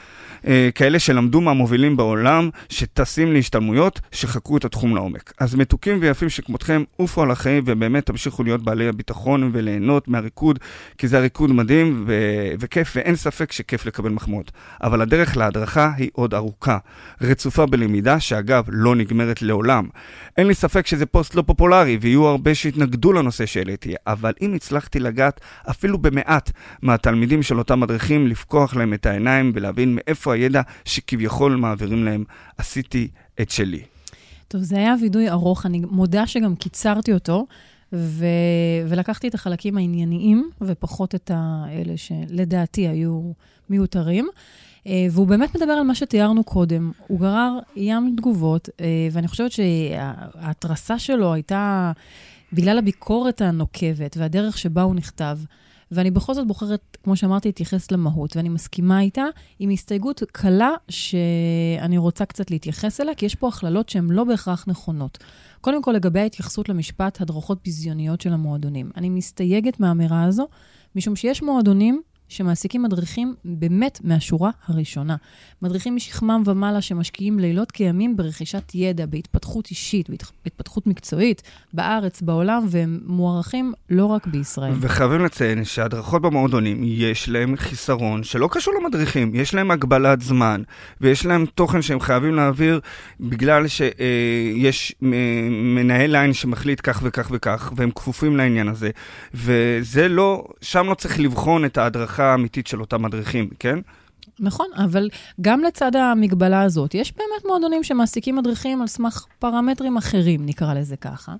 כאלה שלמדו מהמובילים בעולם, שטסים להשתלמויות, שחקרו את התחום לעומק. אז מתוקים ויפים שכמותכם, עופו על החיים ובאמת תמשיכו להיות בעלי הביטחון וליהנות מהריקוד, כי זה הריקוד מדהים ו- וכיף, ואין ספק שכיף לקבל מחמאות. אבל הדרך להדרכה היא עוד ארוכה, רצופה בלמידה שאגב לא נגמרת לעולם. אין לי ספק שזה פוסט לא פופולרי, ויהיו הרבה שהתנגדו לנושא שהעליתי, אבל אם הצלחתי לגעת אפילו במעט מהתלמידים של אותם מדריכים, לפקוח להם את העיניים ולהבין מאיפה הידע שכביכול מעבירים להם, עשיתי את שלי. טוב, זה היה וידוי ארוך, אני מודה שגם קיצרתי אותו, ו... ולקחתי את החלקים הענייניים, ופחות את האלה שלדעתי היו מיותרים, והוא באמת מדבר על מה שתיארנו קודם. הוא גרר ים תגובות, ואני חושבת שההתרסה שלו הייתה בגלל הביקורת הנוקבת, והדרך שבה הוא נכתב, ואני בכל זאת בוחרת, כמו שאמרתי, להתייחס למהות, ואני מסכימה איתה עם הסתייגות קלה שאני רוצה קצת להתייחס אליה, כי יש פה הכללות שהן לא בהכרח נכונות. קודם כל, לגבי ההתייחסות למשפט, הדרכות ביזיוניות של המועדונים. אני מסתייגת מהאמירה הזו, משום שיש מועדונים שמעסיקים מדריכים באמת מהשורה הראשונה. מדריכים משכמם ומעלה שמשקיעים לילות כימים ברכישת ידע, בהתפתחות אישית, בהתפתחות מקצועית, בארץ, בעולם, והם מוערכים לא רק בישראל. וחייבים לציין שהדרכות במועדונים יש להם חיסרון שלא קשור למדריכים, יש להם הגבלת זמן, ויש להם תוכן שהם חייבים להעביר בגלל שיש מנהל ליין שמחליט כך וכך וכך, והם כפופים לעניין הזה. וזה לא, שם לא צריך לבחון את ההדרכה האמיתית של אותם מדריכים, כן? נכון, אבל גם לצד המגבלה הזאת, יש באמת מועדונים שמעסיקים מדריכים על סמך פרמטרים אחרים, נקרא לזה ככה.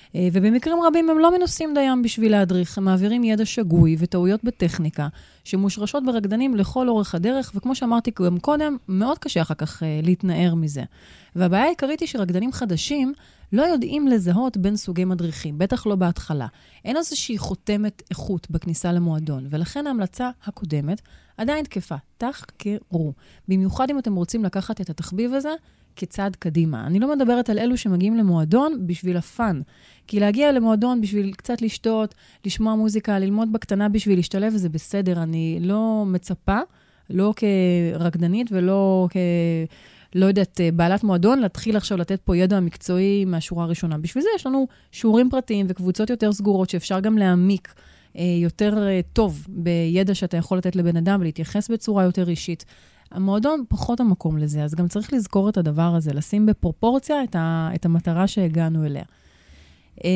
ובמקרים רבים הם לא מנוסים דיים בשביל להדריך, הם מעבירים ידע שגוי וטעויות בטכניקה, שמושרשות ברקדנים לכל אורך הדרך, וכמו שאמרתי גם קודם, מאוד קשה אחר כך להתנער מזה. והבעיה העיקרית היא שרקדנים חדשים לא יודעים לזהות בין סוגי מדריכים, בטח לא בהתחלה. אין איזושהי חותמת איכות בכניסה למועדון, ולכן ההמלצה הקודמת עדיין תקפה, תחקרו. במיוחד אם אתם רוצים לקחת את התחביב הזה כצעד קדימה. אני לא מדברת על אלו שמגיעים למועדון בשביל הפן, כי להגיע למועדון בשביל קצת לשתות, לשמוע מוזיקה, ללמוד בקטנה בשביל להשתלב, זה בסדר. אני לא מצפה, לא כרקדנית ולא כ... לא יודעת, בעלת מועדון, להתחיל עכשיו לתת פה ידע מקצועי מהשורה הראשונה. בשביל זה יש לנו שיעורים פרטיים וקבוצות יותר סגורות, שאפשר גם להעמיק אה, יותר אה, טוב בידע שאתה יכול לתת לבן אדם, ולהתייחס בצורה יותר אישית. המועדון פחות המקום לזה, אז גם צריך לזכור את הדבר הזה, לשים בפרופורציה את, ה, את המטרה שהגענו אליה. אה,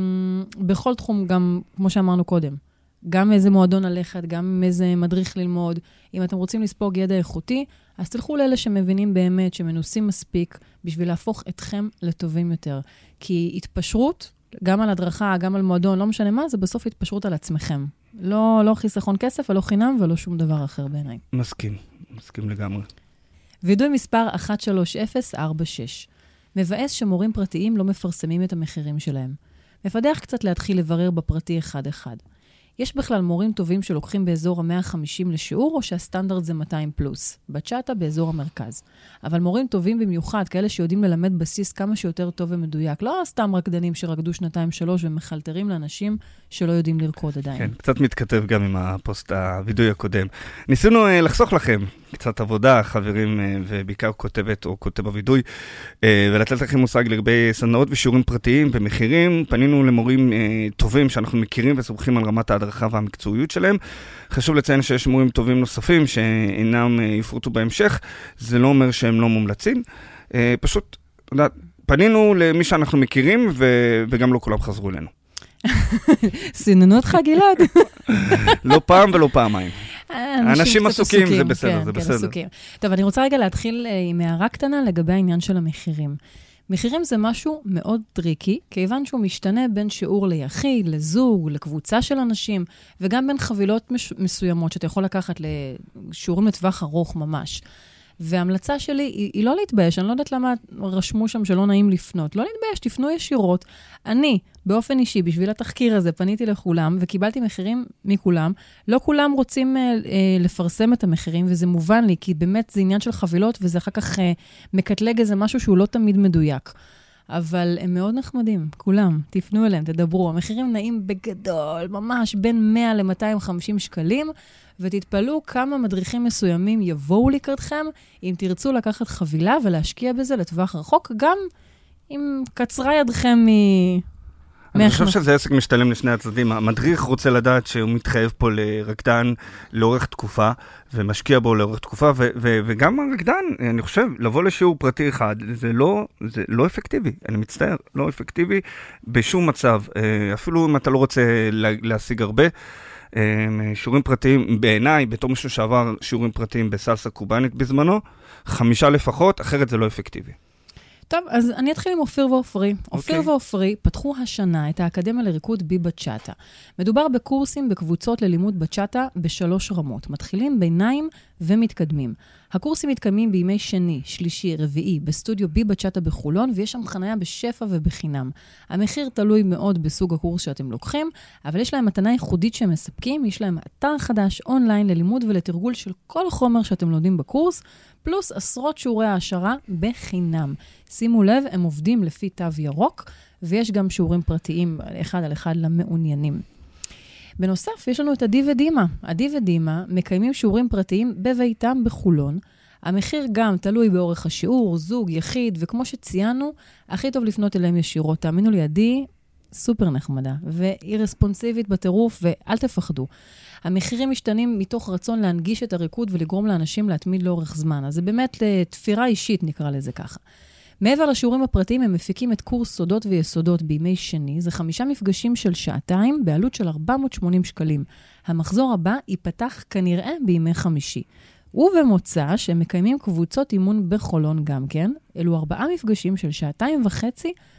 בכל תחום, גם כמו שאמרנו קודם, גם איזה מועדון ללכת, גם איזה מדריך ללמוד. אם אתם רוצים לספוג ידע איכותי, אז תלכו לאלה שמבינים באמת, שמנוסים מספיק, בשביל להפוך אתכם לטובים יותר. כי התפשרות, גם על הדרכה, גם על מועדון, לא משנה מה, זה בסוף התפשרות על עצמכם. לא, לא חיסכון כסף, ולא חינם, ולא שום דבר אחר בעיניי. מסכים, מסכים לגמרי. וידוי מספר אחת שלוש אפס ארבע שש. מבאס שמורים פרטיים לא מפרסמים את המחירים שלהם. מפדח קצת להתחיל לברר בפרטי אחד-אחד. יש בכלל מורים טובים שלוקחים באזור ה-מאה וחמישים לשיעור, או שהסטנדרט זה מאתיים פלוס, בצ'אטה באזור המרכז. אבל מורים טובים במיוחד, כאלה שיודעים ללמד בסיס כמה שיותר טוב ומדויק, לא סתם רקדנים שרקדו שנתיים שלוש ומחלטרים לאנשים שלא יודעים לרקוד עדיין. כן, קצת מתכתב גם עם הפוסט הוידוי הקודם. ניסינו לחסוך לכם קצת עבודה, חברים, ובעיקר כותבת או כותב הוידוי, ולתת לכם מושג לגבי סדנאות ושיעורים פרטיים ומחירים. פנינו למורים טובים שאנחנו מכירים וסומכים על רמת ההדרכה והמקצועיות שלהם. חשוב לציין שיש מורים טובים נוספים שאינם יפורטו בהמשך. זה לא אומר שהם לא מומלצים. פשוט, פנינו למי שאנחנו מכירים, וגם לא כולם חזרו אלינו. סיננו אותך, גלעד? לא פעם ולא פעמיים. אנשים עסוקים, זה בסדר, זה בסדר. טוב, אני רוצה רגע להתחיל עם הערה קטנה לגבי העניין של המחירים. מחירים זה משהו מאוד טריקי, כיוון שהוא משתנה בין שיעור ליחיד, לזוג, לקבוצה של אנשים, וגם בין חבילות מסוימות שאתה יכול לקחת לשיעורים לטווח ארוך ממש. וההמלצה שלי היא, היא לא להתבייש, אני לא יודעת למה רשמו שם שלא נעים לפנות. לא להתבייש, תפנו ישירות. אני, באופן אישי, בשביל התחקיר הזה, פניתי לכולם וקיבלתי מחירים מכולם. לא כולם רוצים אה, אה, לפרסם את המחירים, וזה מובן לי, כי באמת זה עניין של חבילות, וזה אחר כך אה, מקטלג איזה משהו שהוא לא תמיד מדויק. אבל הם מאוד נחמדים, כולם. תפנו אליהם, תדברו. המחירים נעים בגדול, ממש בין מאה ל-מאתיים וחמישים שקלים, ותתפלאו כמה מדריכים מסוימים יבואו לקראתכם, אם תרצו לקחת חבילה ולהשקיע בזה לטווח רחוק, גם אם קצרה ידכם מ... אני חושב שזה עסק משתלם לשני הצדדים. המדריך רוצה לדעת שהוא מתחייב פה לרקדן לאורך תקופה, ומשקיע בו לאורך תקופה, ו- ו- וגם הרקדן, אני חושב, לבוא לשיעור פרטי אחד, זה לא, זה לא אפקטיבי, אני מצטער, לא אפקטיבי בשום מצב, אפילו אם אתה לא רוצה להשיג הרבה. שיעורים פרטיים, בעיניי, בתור מישהו שעבר שיעורים פרטיים בסלסה קובנית בזמנו, חמישה לפחות, אחרת זה לא אפקטיבי. טוב, אז אני אתחיל עם אופיר ואופרי. Okay. אופיר ואופרי פתחו השנה את האקדמיה לריקוד בי בצ'אטה. מדובר בקורסים בקבוצות ללימוד בצ'אטה בשלוש רמות. מתחילים ביניים ומתקדמים. הקורסים מתקיימים בימי שני, שלישי, רביעי, בסטודיו בי בצ'אטה בחולון, ויש שם חניה בשפע ובחינם. המחיר תלוי מאוד בסוג הקורס שאתם לוקחים, אבל יש להם מתנה ייחודית שהם מספקים, יש להם אתר חדש אונליין ללימוד ולתרגול של כל חומר שאתם לומדים בקורס, פלוס עשרות שיעורי העשרה בחינם. שימו לב, הם עובדים לפי תו ירוק, ויש גם שיעורים פרטיים אחד על אחד למעוניינים. בנוסף, יש לנו את עדי ודימה. עדי ודימה מקיימים שיעורים פרטיים בביתם בחולון. המחיר גם תלוי באורך השיעור, זוג, יחיד, וכמו שציינו, הכי טוב לפנות אליהם ישירות. תאמינו לי, עדי סופר נחמדה, והיא רספונסיבית בטירוף, ואל תפחדו. המחירים משתנים מתוך רצון להנגיש את הריקוד ולגרום לאנשים להתמיד לאורך זמן. אז זה באמת לתפירה אישית, נקרא לזה ככה. מעבר לשיעורים הפרטיים, הם מפיקים את קורס סודות ויסודות בימי שני. זה חמישה מפגשים של שעתיים בעלות של ארבע מאות ושמונים שקלים. המחזור הבא ייפתח כנראה בימי חמישי. ובמוצא שהם מקיימים קבוצות אימון בחולון גם כן. אלו ארבעה מפגשים של שעתיים וחצי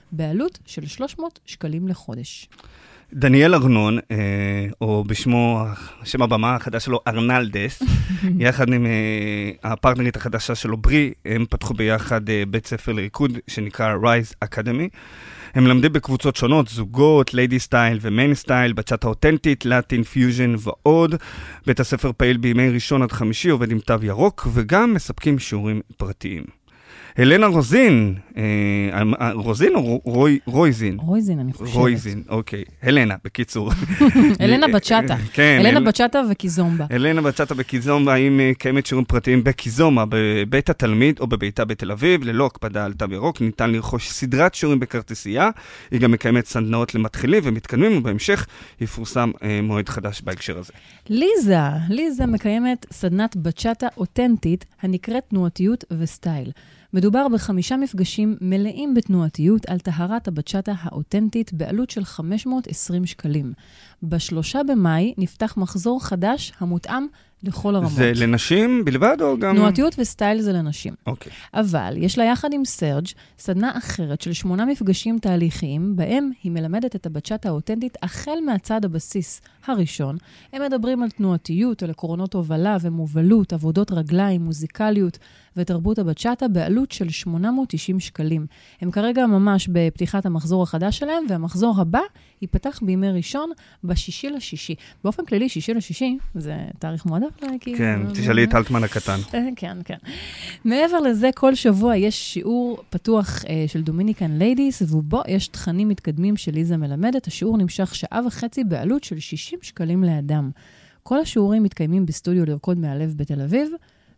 בעלות של שלוש מאות שקלים לחודש. דניאל ארנון, אה, או בשמו, שם הבמה החדש שלו, ארנלדס, יחד עם אה, הפרטנרית החדשה שלו, ברי, הם פתחו ביחד אה, בית ספר לריקוד שנקרא Rise Academy. הם למדים בקבוצות שונות, זוגות, ליידי סטייל ומיין סטייל, בצ'אטה אותנטית, לטין פיוז'ן ועוד. בית הספר פעיל בימי ראשון עד חמישי, עובד עם תו ירוק, וגם מספקים שיעורים פרטיים. הלנה רוזין, אה, רוזין או רוי, רויזין? רויזין, אני חושבת. רויזין, אוקיי. הלנה, בקיצור. הלנה בצ'אטה. כן. הלנה בצ'אטה וקיזומבה. הלנה בצ'אטה וקיזומבה, האם קיימת שיעורים פרטיים בקיזומה, בבית התלמיד או בביתה בתל אביב, ללא הקפדה על תו ירוק, ניתן לרכוש סדרת שיעורים בכרטיסייה, היא גם מקיימת סדנאות למתחילים ומתקדמים, ובהמשך יפורסם אה, מועד חדש בהקשר הזה. ליזה, ליזה מקיימת סדנת בצ'אטה אותנטית, הנקראת תנועתיות וסטייל. מדובר בחמישה מפגשים מלאים בתנועתיות על טהרת הבצ'אטה האותנטית בעלות של חמש מאות ועשרים שקלים. בשלושה במאי נפתח מחזור חדש המותאם לכל הרמות. זה לנשים בלבד או גם... תנועתיות וסטייל זה לנשים. אוקיי. אבל יש לה יחד עם סרג' סדנה אחרת של שמונה מפגשים תהליכיים, בהם היא מלמדת את הבצ'אטה האותנטית החל מהצד הבסיס הראשון. הם מדברים על תנועתיות, על עקרונות הובלה ומובלות, עבודות רגליים, מוזיקליות ותרבות הבצ'אטה בעלות של שמונה מאות ותשעים שקלים. הם כרגע ממש בפתיחת המחזור החדש שלהם, והמחזור הבא ייפתח בימי ראשון בשישי לשישי. באופן כללי, שישי לשישי, זה תאריך מועדף. כן, תשאלי את אלטמן הקטן. כן, כן. מעבר לזה, כל שבוע יש שיעור פתוח של דומיניקן ליידיס, ובו יש תכנים מתקדמים של ליזה מלמדת. השיעור נמשך שעה וחצי בעלות של שישים שקלים לאדם. כל השיעורים מתקיימים בסטודיו לרקוד מהלב בתל אביב,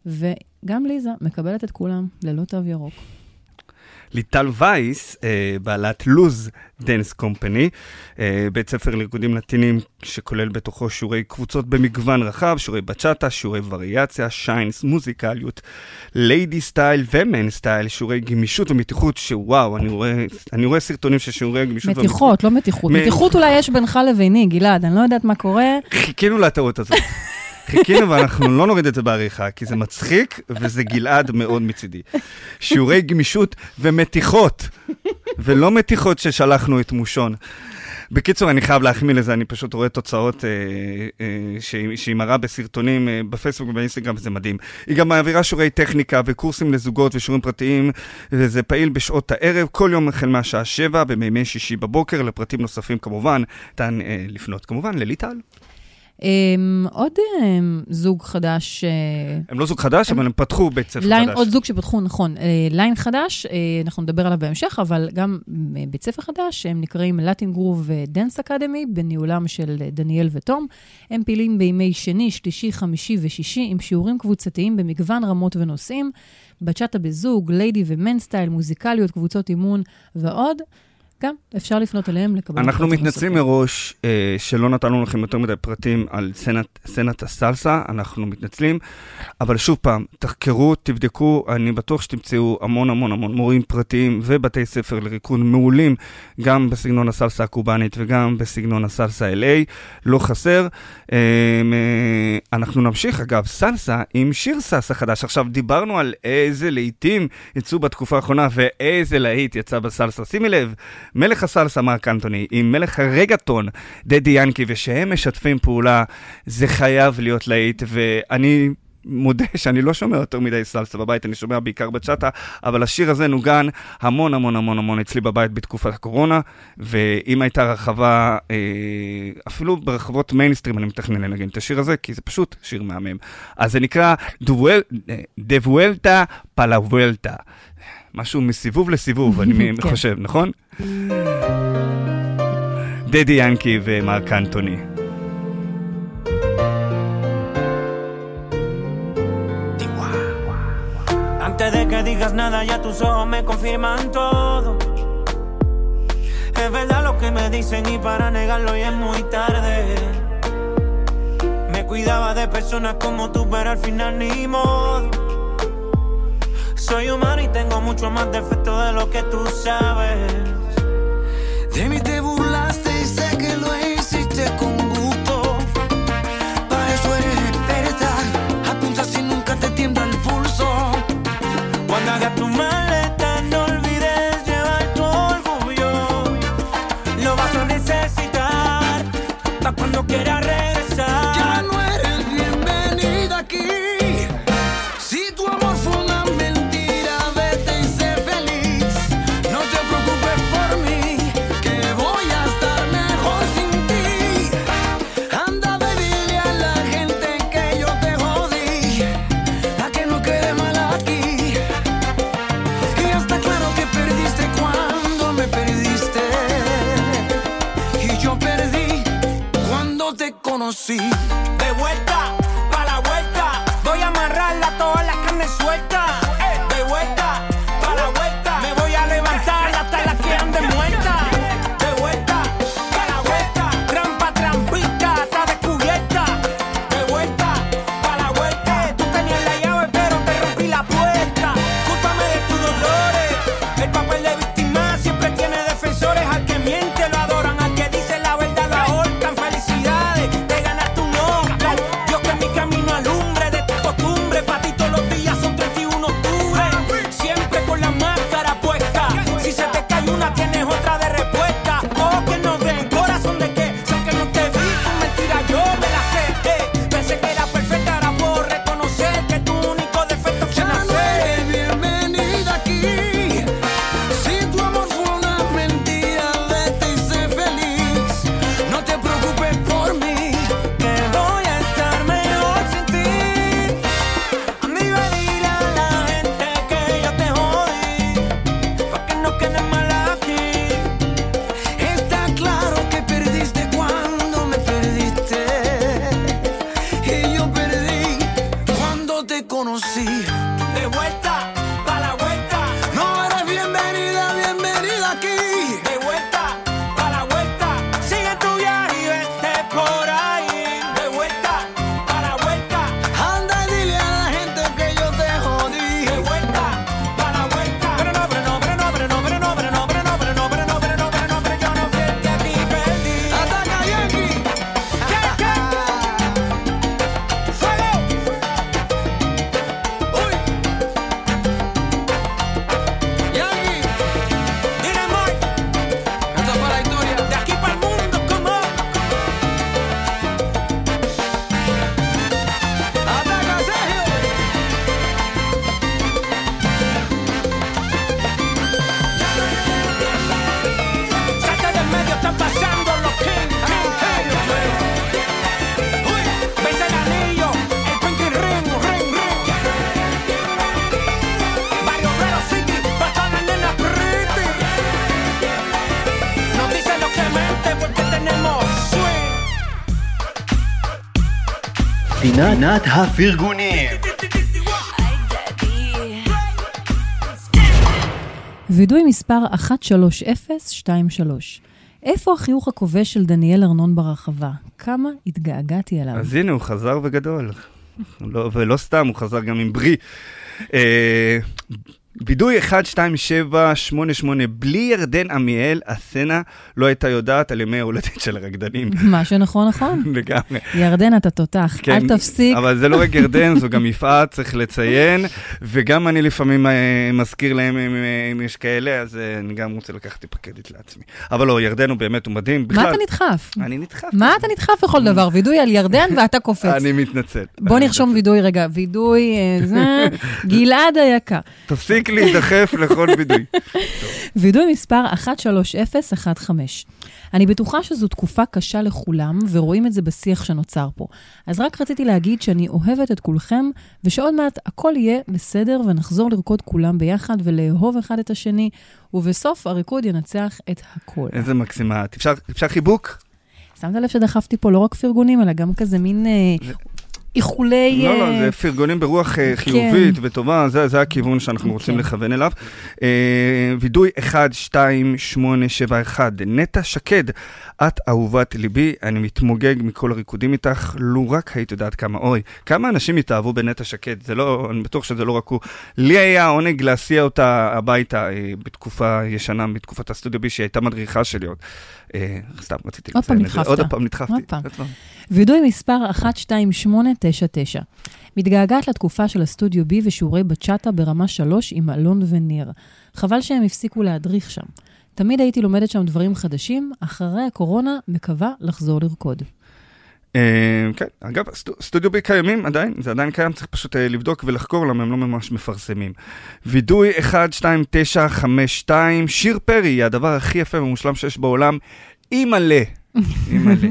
וגם ליזה מקבלת את כולם ללא תו ירוק. ליטל וייס, בעלת לוז דנס קומפני, בית ספר לרקודים לטינים שכולל בתוכו שיעורי קבוצות במגוון רחב, שיעורי בצ'אטה, שיעורי וריאציה, שיינס, מוזיקליות, ליידי סטייל ומן סטייל, שיעורי גמישות ומתיחות, שוואו, אני רואה, אני רואה סרטונים של שיעורי גמישות. מתיחות, לא מתיחות. מתיחות אולי יש בינך לביני, גלעד, אני לא יודעת מה קורה. חיכינו לטעות הזאת. חיכינו ואנחנו לא נוריד את זה בעריכה, כי זה מצחיק וזה גלעד מאוד מצידי. שיעורי גמישות ומתיחות, ולא מתיחות ששלחנו את מושון. בקיצור, אני חייב להחמיא לזה, אני פשוט רואה תוצאות אה, אה, שהיא, שהיא מראה בסרטונים אה, בפייסבוק ובאינסטגרם, וזה מדהים. היא גם מעבירה שיעורי טכניקה וקורסים לזוגות ושיעורים פרטיים, וזה פעיל בשעות הערב, כל יום החל מהשעה שבע, ומימי שישי בבוקר, לפרטים נוספים כמובן, ניתן אה, לפנות כמובן לליטל. עוד זוג חדש... הם לא זוג חדש, אבל הם פתחו בית ספר חדש. עוד זוג שפתחו, נכון. ליין חדש, אנחנו נדבר עליו בהמשך, אבל גם בית ספר חדש, הם נקראים לטין גרוב דנס אקדמי, בניהולם של דניאל ותום. הם פעילים בימי שני, שלישי, חמישי ושישי, עם שיעורים קבוצתיים במגוון רמות ונושאים, בצ'אטה בזוג, ליידי ומן סטייל, מוזיקליות, קבוצות אימון ועוד. גם אפשר לפנות אליהם לקבל... אנחנו מתנצלים מראש אה, שלא נתנו לכם יותר מדי פרטים על סצנת, סצנת הסלסה, אנחנו מתנצלים, אבל שוב פעם, תחקרו, תבדקו, אני בטוח שתמצאו המון המון המון מורים פרטיים ובתי ספר לריקוד מעולים, גם בסגנון הסלסה הקובנית וגם בסגנון הסלסה אל איי, לא חסר. אה, אה, אנחנו נמשיך, אגב, סלסה עם שיר סלסה חדש. עכשיו, דיברנו על איזה להיטים יצאו בתקופה האחרונה ואיזה להיט יצא בסלסה. שימי לב, מלך הסלסה מרק אנטוני עם מלך הרגטון דדי ינקי, ושהם משתפים פעולה, זה חייב להיות להיט, ואני מודה שאני לא שומע יותר מדי סלסה בבית, אני שומע בעיקר בצ'אטה, אבל השיר הזה נוגן המון המון המון המון אצלי בבית בתקופת הקורונה, ואם הייתה רחבה, אפילו ברחבות מיינסטרים אני מתכנן לנגן את השיר הזה, כי זה פשוט שיר מהמם. אז זה נקרא De Vuelta pa la Vuelta. משהו מסיבוב לסיבוב, אני חושב, נכון? דדי ינקי ומרק אנטוני. Antes de que digas nada, ya tus ojos me confirman todo. Es verdad lo que me dicen y para negarlo ya es muy tarde. Me cuidaba de personas como tú, pero al final ni modo. Soy humano y tengo mucho más defectos de lo que tú sabes. De mí te burlaste y sé que lo hiciste con gusto. Pa' eso eres experta, apunta si nunca te tiembla el pulso. Cuando hagas tu maleta no olvides llevar tu orgullo. cuando te conocí. De vuelta, pa' la vuelta, voy a amarrarla toda la carne suelta. De vuelta, pa' la vuelta, me voy a levantar hasta las que anden muertas. De vuelta, pa' la vuelta, trampa, trampita, está descubierta. De vuelta, pa' la vuelta, tú tenías la llave pero te rompí la puerta. Cúlpame de tus dolores, el papel de víctima siempre tiene defensores. Al que miente lo adoran, al que dice la verdad lo ahorcan. Felicidades, te ganaste un Oscar. Dios que mi camino alumbre de tu costumbre. Pa' ti todos los días son treinta y uno de octubre. Siempre con la máscara puesta. Si se te cae una tienes otra de respuesta. Oh, que no den corazón de que si aunque no te vi con mentira yo me la sé. Eh, pensé que era perfecta, ahora puedo reconocer que tu único defecto fue nacer. Bienvenida aquí. Si tu amor fue una mentira, vete y sé feliz. No te preocupes por mí, Que voy a estar mejor sin ti. Amiga, dile a la gente que yo te jodí, pa' que no quede mal aquí. está claro que perdiste cuando me perdiste. Y yo perdí cuando te conocí. De vuelta, pa' la vuelta, No eres bienvenida, bienvenida aquí. de vuelta, pa' la vuelta. Sigue tu viaje y vete por ahí. De vuelta, pa' la vuelta, Anda y dile a la gente que yo te jodí. de vuelta, pa' la vuelta. Pero no, pero no, pero no, pero no, pero no, pero no, pero no, pero no, pero no, pero no, pero no, pero yo no fui el que a ti perdí. Ataca Yankee. ¿Qué, qué? ¡Fuego! Uy. Yankee. Dile, Moy, Esto es para la historia. de aquí para el mundo, como. Ataca Sergio. Saca del medio, están pasando los King, King, King. Uy, ves el anillo, el pinky ring, ring, ring. Barrio Obrero City, pa' todas las nenas pretty. Nos dicen lo que mente porque tenemos swing. פינת הפרגונים. וידוי מספר אחת שלוש אפס שתיים שלוש. איפה החיוך הכובש של דניאל ארנון ברחבה? כמה התגעגעתי אליו. אז הנה, הוא חזר וגדול. לא, ולא סתם, הוא חזר גם עם ברי. אה, בידוי אחת שתיים שבע שמונה שמונה, בלי ירדן עמיאל, הסצנה לא הייתה יודעת על ימי ההולדת של הרקדנים. מה שנכון נכון. לגמרי. ירדן, אתה תותח, כן, אל תפסיק. אבל זה לא רק ירדן, זו גם יפעת, צריך לציין, וגם אני לפעמים אה, מזכיר להם אם, אם יש כאלה, אז אה, אני גם רוצה לקחת טיפה קרדיט לעצמי. אבל לא, ירדן הוא באמת, הוא מדהים. מה בכלל, אתה נדחף? אני נדחף. מה אתה נדחף לכל דבר? וידוי על ירדן ואתה קופץ. אני מתנצל. בוא נרשום וידוי רגע. וידוי, אה, זה, גלעד היקר. תפסיק להידחף לכל וידוי. וידוי מספר אחת שלוש אפס אחת חמש. אני בטוחה שזו תקופה קשה לכולם, ורואים את זה בשיח שנוצר פה. אז רק רציתי להגיד שאני אוהבת את כולכם, ושעוד מעט הכל יהיה בסדר, ונחזור לרקוד כולם ביחד, ולאהוב אחד את השני, ובסוף הריקוד ינצח את הכל. איזה מקסימה. אפשר, אפשר חיבוק? שמת לב שדחפתי פה לא רק פרגונים, אלא גם כזה מין אה, איחולי... לא, לא, אה, זה פרגונים ברוח אה, חיובית וטובה, זה, זה הכיוון שאנחנו רוצים לכוון אליו. אה, וידוי אחת שתיים שמונה שבע אחת, נטע שקד, את אהובת ליבי, אני מתמוגג מכל הריקודים איתך, לו רק היית יודעת כמה, אוי, כמה אנשים התאהבו בנטע שקד, זה לא, אני בטוח שזה לא רק הוא. לי היה עונג להסיע אותה הביתה אה, בתקופה ישנה, בתקופת הסטודיו בי, שהיא הייתה מדריכה שלי עוד. אה, סתם, רציתי עוד פעם לציין את זה. נדחפת. עוד פעם נדחפתי. עוד פעם. עוד פעם. וידוי מספר אחת שתיים שמונה תשע תשע. מתגעגעת לתקופה של הסטודיו בי ושיעורי בצ'אטה ברמה שלוש עם אלון וניר. חבל שהם הפסיקו להדריך שם. תמיד הייתי לומדת שם דברים חדשים, אחרי הקורונה מקווה לחזור לרקוד. כן, אגב, סטודיו בי קיימים עדיין, זה עדיין קיים, צריך פשוט לבדוק ולחקור למה הם לא ממש מפרסמים. וידוי אחת שתיים תשע חמש שתיים, שיר פרי, היא הדבר הכי יפה ומושלם שיש בעולם, אימאלה. אימאלה.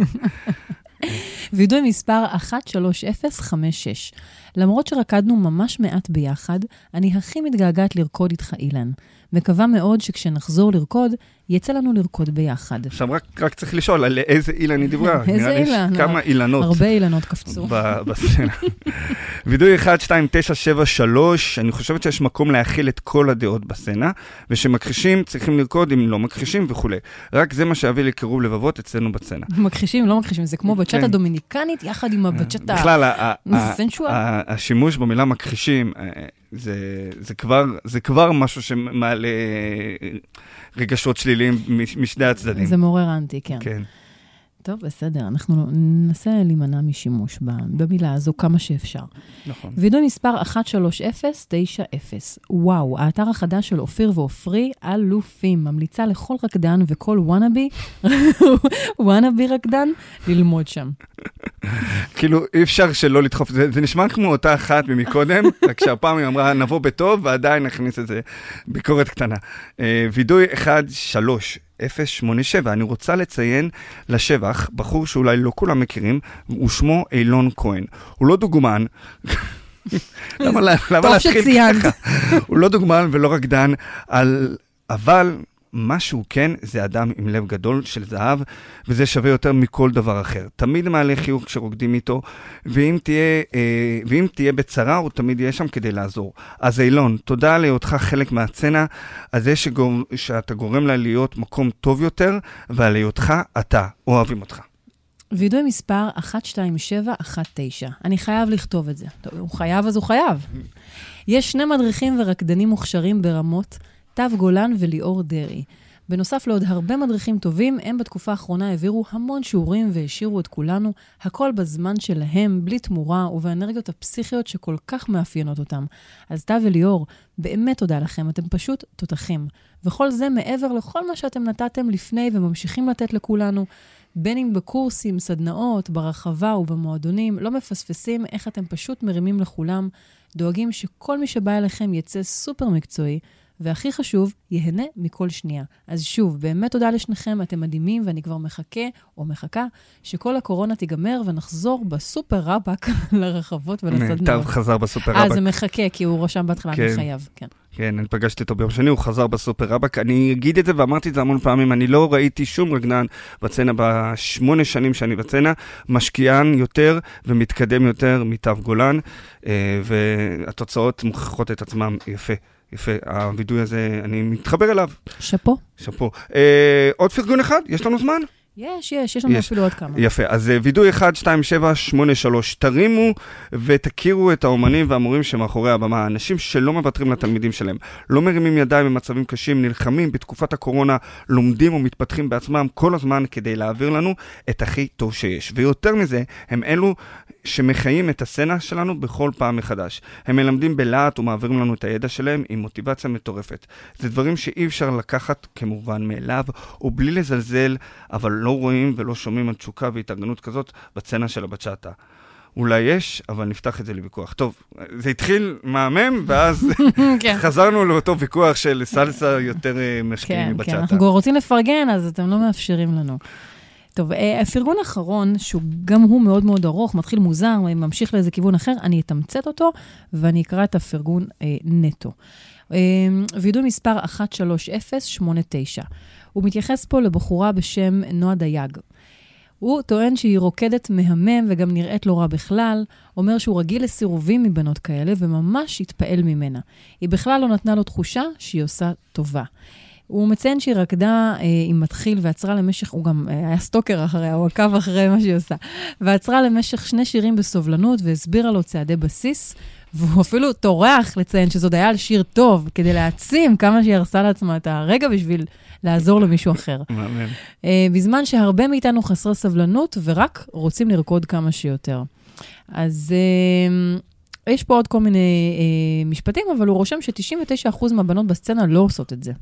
וידוי מספר אחת שלוש אפס חמש שש. למרות שרקדנו ממש מעט ביחד, אני הכי מתגעגעת לרקוד איתך אילן. מקווה מאוד שכשנחזור לרקוד, יצא לנו לרקוד ביחד. עכשיו רק, רק צריך לשאול על איזה אילן היא דיברה. איזה אילן? כמה אילנות. הרבה אילנות קפצו. בסצנה. וידוי אחד שתיים תשע שבע שלוש, אני חושבת שיש מקום להכיל את כל הדעות בסצנה, ושמכחישים צריכים לרקוד אם לא מכחישים וכו'. רק זה מה שהביא לקירוב לבבות אצלנו בסצנה. מכחישים, לא מכחישים, זה כמו בצ'אט הדומיניקנית, יחד עם הבצ'אט הסנשואל. השימוש במילה מכחישים, זה, זה כבר, זה כבר משהו שמעלה רגשות שליליים משני הצדדים. זה מעורר אנטי, כן. כן. טוב, בסדר, אנחנו ננסה להימנע משימוש במילה הזו כמה שאפשר. נכון. וידוי מספר אחת שלוש אפס תשע אפס. וואו, האתר החדש של אופיר ואופרי, אלופים, ממליצה לכל רקדן וכל וואנאבי, וואנאבי רקדן, ללמוד שם. כאילו, אי אפשר שלא לדחוף, זה, זה נשמע כמו אותה אחת ממקודם, רק שהפעם היא אמרה, נבוא בטוב, ועדיין נכניס את זה ביקורת קטנה. וידוי אחד שלוש אפס שמונה שבע, אני רוצה לציין לשבח, בחור שאולי לא כולם מכירים, הוא שמו אילון כהן. הוא לא דוגמן, למה להתחיל ככה? הוא לא דוגמן ולא רקדן, אבל מה שהוא כן, זה אדם עם לב גדול של זהב, וזה שווה יותר מכל דבר אחר. תמיד מעלה חיוך כשרוקדים איתו, ואם תהיה, אה, ואם תהיה בצרה, הוא תמיד יהיה שם כדי לעזור. אז אילון, תודה על היותך חלק מהצנה, על זה שגור, שאתה גורם לה להיות מקום טוב יותר, ועל היותך אתה, אוהבים אותך. וידוי מספר אחת שתיים שבע אחת תשע. אני חייב לכתוב את זה. טוב, הוא חייב אז הוא חייב. יש שני מדריכים ורקדנים מוכשרים ברמות, תו גולן וליאור דרי. בנוסף לעוד הרבה מדריכים טובים, הם בתקופה האחרונה העבירו המון שיעורים והשאירו את כולנו, הכל בזמן שלהם, בלי תמורה ובאנרגיות הפסיכיות שכל כך מאפיינות אותם. אז תו וליאור, באמת תודה לכם, אתם פשוט תותחים. וכל זה מעבר לכל מה שאתם נתתם לפני וממשיכים לתת לכולנו, בין אם בקורסים, סדנאות, ברחבה ובמועדונים, לא מפספסים איך אתם פשוט מרימים לכולם, דואגים שכל מי שבא אליכם יצא סופר מקצועי, והכי חשוב, יהנה מכל שנייה. אז שוב, באמת תודה לשניכם, אתם מדהימים, ואני כבר מחכה או מחכה שכל הקורונה תיגמר, ונחזור בסופר רבק לרחבות ולסדנאות. טוב, חזר בסופר רבק. אה, זה מחכה, כי הוא רשם בהתחלה, אני חייב, כן. כן, אני פגשתי אותו ביום שני, הוא חזר בסופר רבק. אני אגיד את זה, ואמרתי את זה המון פעמים, אני לא ראיתי שום רקדן בצנה בשמונה שנים שאני בצנה, משקיען יותר ומתקדם יותר מתו גולן, והתוצאות מוכיחות את עצמם יפה. יפה, הווידוי הזה, אני מתחבר אליו. שפו. שפו. אה, עוד פרגון אחד? יש לנו זמן? יש, יש, יש לנו יש. אפילו עוד כמה. יפה, אז וידוי אחד שתיים שבע שמונה שלוש, תרימו ותכירו את האומנים והמורים שמאחורי הבמה, האנשים שלא מוותרים לתלמידים שלהם, לא מרימים ידיים במצבים קשים, נלחמים בתקופת הקורונה, לומדים ומתפתחים בעצמם כל הזמן כדי להעביר לנו את הכי טוב שיש. ויותר מזה, הם אלו שמחיים את הסצנה שלנו בכל פעם מחדש. הם מלמדים בלהט ומעבירים לנו את הידע שלהם עם מוטיבציה מטורפת. זה דברים שאי אפשר לקחת כמובן מאליו, ובלי לזלזל, אבל לא רואים ולא שומעים על תשוקה והתארגנות כזאת בסצנה של הבצ'אטה. אולי יש, אבל נפתח את זה לוויכוח. טוב, זה התחיל מהמם, ואז חזרנו לאותו ויכוח של סלסה יותר משקיעים מבצ'אטה. כן, אנחנו רוצים לפרגן, אז אתם לא מאפשרים לנו. טוב, הפרגון האחרון, שהוא גם הוא מאוד מאוד ארוך, מתחיל מוזר, ממשיך לאיזה כיוון אחר, אני אתמצת אותו, ואני אקרא את הפרגון אה, נטו. אה, וידוי מספר אחת שלוש אפס שמונה תשע. הוא מתייחס פה לבחורה בשם נועה דייג. הוא טוען שהיא רוקדת מהמם וגם נראית לא רע בכלל, אומר שהוא רגיל לסירובים מבנות כאלה, וממש התפעל ממנה. היא בכלל לא נתנה לו תחושה שהיא עושה טובה. הוא מציין שהיא רקדה אה, עם מתחיל ועצרה למשך, הוא גם אה, היה סטוקר אחריה, הוא עקב אחרי מה שהיא עושה, ועצרה למשך שני שירים בסובלנות והסבירה לו צעדי בסיס, והוא אפילו תורח לציין שזאת היה על שיר טוב, כדי להעצים כמה שהיא הרסה לעצמה את הרגע בשביל לעזור למישהו אחר. אה, בזמן שהרבה מאיתנו חסרי סבלנות ורק רוצים לרקוד כמה שיותר. אז אה, יש פה עוד כל מיני אה, משפטים, אבל הוא רושם ש-תשעים ותשעה אחוז מהבנות בסצנה לא עושות את זה.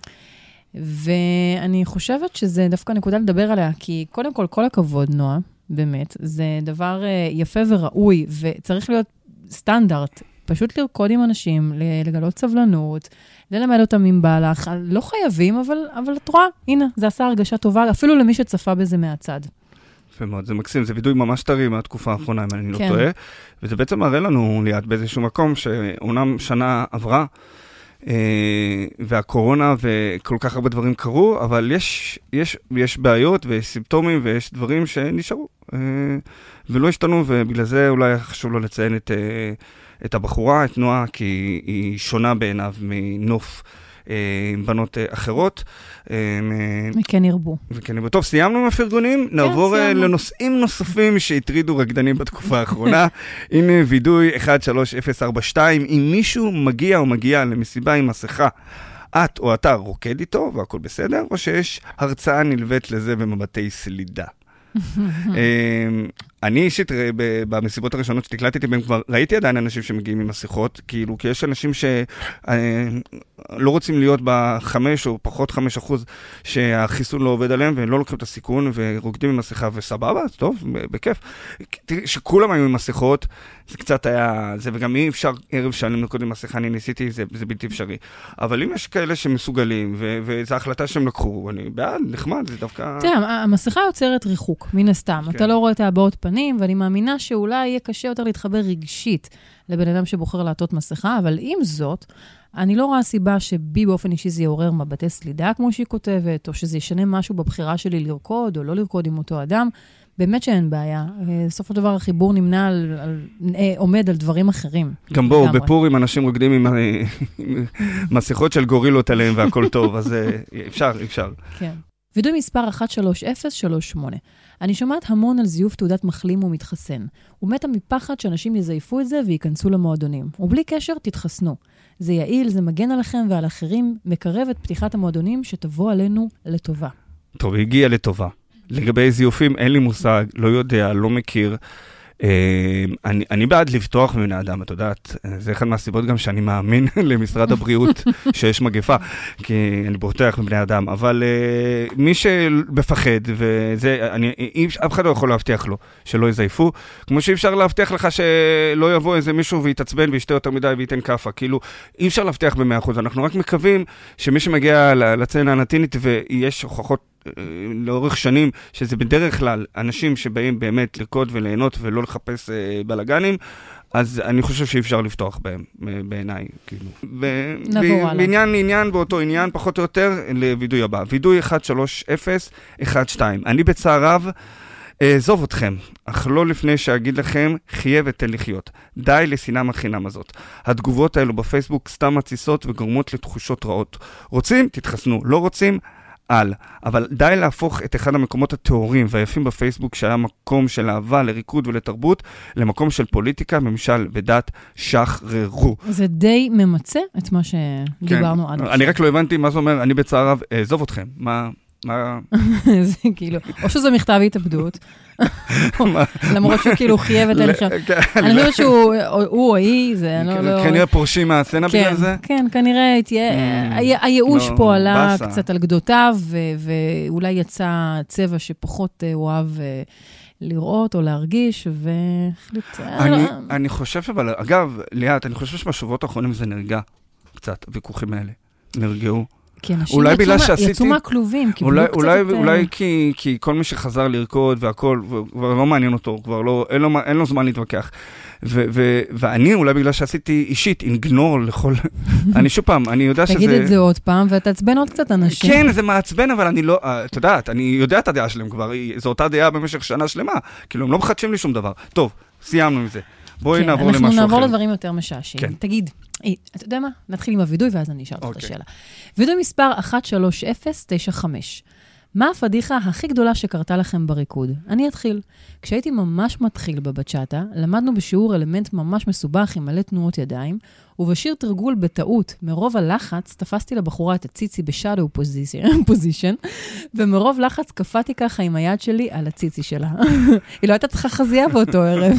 ואני חושבת שזה דווקא נקודה לדבר עליה, כי קודם כל, כל הכבוד, נועה, באמת, זה דבר יפה וראוי, וצריך להיות סטנדרט, פשוט לרקוד עם אנשים, לגלות סבלנות, ללמד אותם עם בעלך, לא חייבים, אבל, אבל את רואה, הנה, זה עשה הרגשה טובה, אפילו למי שצפה בזה מהצד. יפה מאוד, זה מקסים, זה וידוי ממש טרי מהתקופה האחרונה, אם אני לא טועה, וזה בעצם מראה לנו ליד באיזשהו מקום, שאומנם שנה עברה, והקורונה וכל כך הרבה דברים קרו, אבל יש, יש, יש בעיות ויש סימפטומים ויש דברים שנשארו ולא השתנו, ובגלל זה אולי חשוב לו לציין את, את הבחורה, את נועה, כי היא שונה בעיניו מנוף בנות אחרות. וכן ירבו. וכן ירבו. טוב, סיימנו עם הפרגונים, נעבור לנושאים נוספים שהטרידו רקדנים בתקופה האחרונה. הנה וידוי אחת שלוש אפס ארבע שתיים, אם מישהו מגיע או מגיע למסיבה עם מסכה, את או אתה רוקד איתו והכל בסדר, או שיש הרצאה נלווית לזה במבטי סלידה. אני אישית במסיבות הראשונות שתקלטתי בהם כבר ראיתי עדיין אנשים שמגיעים עם מסכות, כאילו כי יש אנשים שלא רוצים להיות בחמש או פחות חמש אחוז שהחיסון לא עובד עליהם והם לא לוקחים את הסיכון ורוקדים עם מסכה וסבבה, טוב, בכיף. שכולם היו עם מסכות, זה קצת היה זה, וגם אי אפשר ערב שלם לרקוד עם מסכה, אני ניסיתי, זה, זה בלתי אפשרי. אבל אם יש כאלה שמסוגלים וזו החלטה שהם לקחו, אני בעד, נחמד, זה דווקא... תראה, המסכה יוצרת ריחוק, מן הסתם. אתה לא רואה את הבעות פנים, ואני מאמינה שאולי יהיה קשה יותר להתחבר רגשית לבן אדם שבוחר לעטות מסכה, אבל עם זאת, אני לא רואה סיבה שבי באופן אישי זה יעורר מבטי סלידה, כמו שהיא כותבת, או שזה ישנה משהו בבחירה שלי לרקוד, או לא לרקוד עם אותו אדם. באמת שאין בעיה. בסוף הדבר החיבור נמנע על, על, עומד על דברים אחרים. גם בואו, בפורים אנשים רוקדים עם, עם מסכות של גורילות עליהם והכל טוב, אז אפשר, אפשר. כן. וידוי מספר אחת שלוש אפס שלוש שמונה. אני שומעת המון על זיוף תעודת מחלים ומתחסן. ומתה מפחד שאנשים יזייפו את זה וייכנסו למועדונים. ובלי קשר, תתחסנו. זה יעיל, זה מגן עליכם ועל אחרים, מקרב את פתיחת המועדונים שתבוא עלינו לטובה. טוב, הגיע לטובה. לגבי זיופים, אין לי מושג, לא יודע, לא מכיר. אני, אני בעד לפתוח מבני אדם, את יודעת, זה אחד מהסיבות גם שאני מאמין למשרד הבריאות שיש מגפה, כי אני בוטח מבני אדם, אבל uh, מי שבפחד, וזה, אני, אף אחד לא יכול להבטיח לו שלא יזייפו, כמו שאי אפשר להבטיח לך שלא יבוא איזה מישהו ויתעצבן וישתה יותר מדי וייתן קפה, כאילו אי אפשר להבטיח במאה אחוז, אנחנו רק מקווים שמי שמגיע לצנה הנתינית ויש הוכחות לאורך שנים, שזה בדרך כלל אנשים שבאים באמת לרקוד וליהנות ולא לחפש אה, בלגנים, אז אני חושב שאי אפשר לפתוח בהם, בעיניי, כאילו. בעניין, עניין באותו עניין, פחות או יותר, לוידוי הבא. וידוי אחת שלוש אפס אחת שתיים. אני בצער רב, אעזוב אתכם, אך לא לפני שאגיד לכם, חיה ותן לחיות. די לשנאה החינם הזאת. התגובות האלו בפייסבוק סתם מציסות וגורמות לתחושות רעות. רוצים? תתחסנו. לא רוצים? על. אבל די להפוך את אחד המקומות התיאורים והיפים בפייסבוק שהיה מקום של אהבה לריקוד ולתרבות, למקום של פוליטיקה, ממשל ודת, שחררו. זה די ממצא את מה שדיברנו כן. עד עכשיו. אני רק לא הבנתי מה זה אומר, אני בצער רב, אעזוב אתכם. מה... מה... זה כאילו, או שזה מכתב התאבדות, למרות שהוא כאילו חייב את הלכם. אני חושבת שהוא או היא, זה לא... כנראה פורשים מהסצנה בגלל זה? כן, כנראה הייאוש פה עלה קצת על גדותיו, ואולי יצא צבע שפחות הוא אוהב לראות או להרגיש, והחליט... אני חושב אבל, אגב, ליאת, אני חושב שבשבועות האחרונים זה נרגע קצת, הוויכוחים האלה, נרגעו. כי אנשים יצאו מהכלובים, קיבלו קצת את... אולי כי כל מי שחזר לרקוד והכל, כבר לא מעניין אותו, כבר לא, אין לו זמן להתווכח. ואני, אולי בגלל שעשיתי אישית, אינגנור לכל... אני שוב פעם, אני יודע שזה... תגיד את זה עוד פעם, ותעצבן עוד קצת אנשים. כן, זה מעצבן, אבל אני לא... את יודעת, אני יודע את הדעה שלהם כבר, זו אותה דעה במשך שנה שלמה, כאילו, הם לא מחדשים לי שום דבר. טוב, סיימנו עם זה. בואי נעבור למשהו אחר. אנחנו נעבור לדברים יותר משעשיים. תגיד, אתה יודע מה? נתחיל עם הוידוי, ואז אני אשאל אותך את השאלה. וידוי מספר אחת שלוש אפס תשע חמש. מה הפדיחה הכי גדולה שקרתה לכם בריקוד? אני אתחיל. כשהייתי ממש מתחיל בבצ'אטה, למדנו בשיעור אלמנט ממש מסובך עם מלא תנועות ידיים, ובשיר תרגול בטעות, מרוב הלחץ, תפסתי לבחורה את הציצי בשאדו פוזישן, ומרוב לחץ קפאתי ככה עם היד שלי על הציצי שלה. היא לא הייתה צריכה חזייה באותו ערב.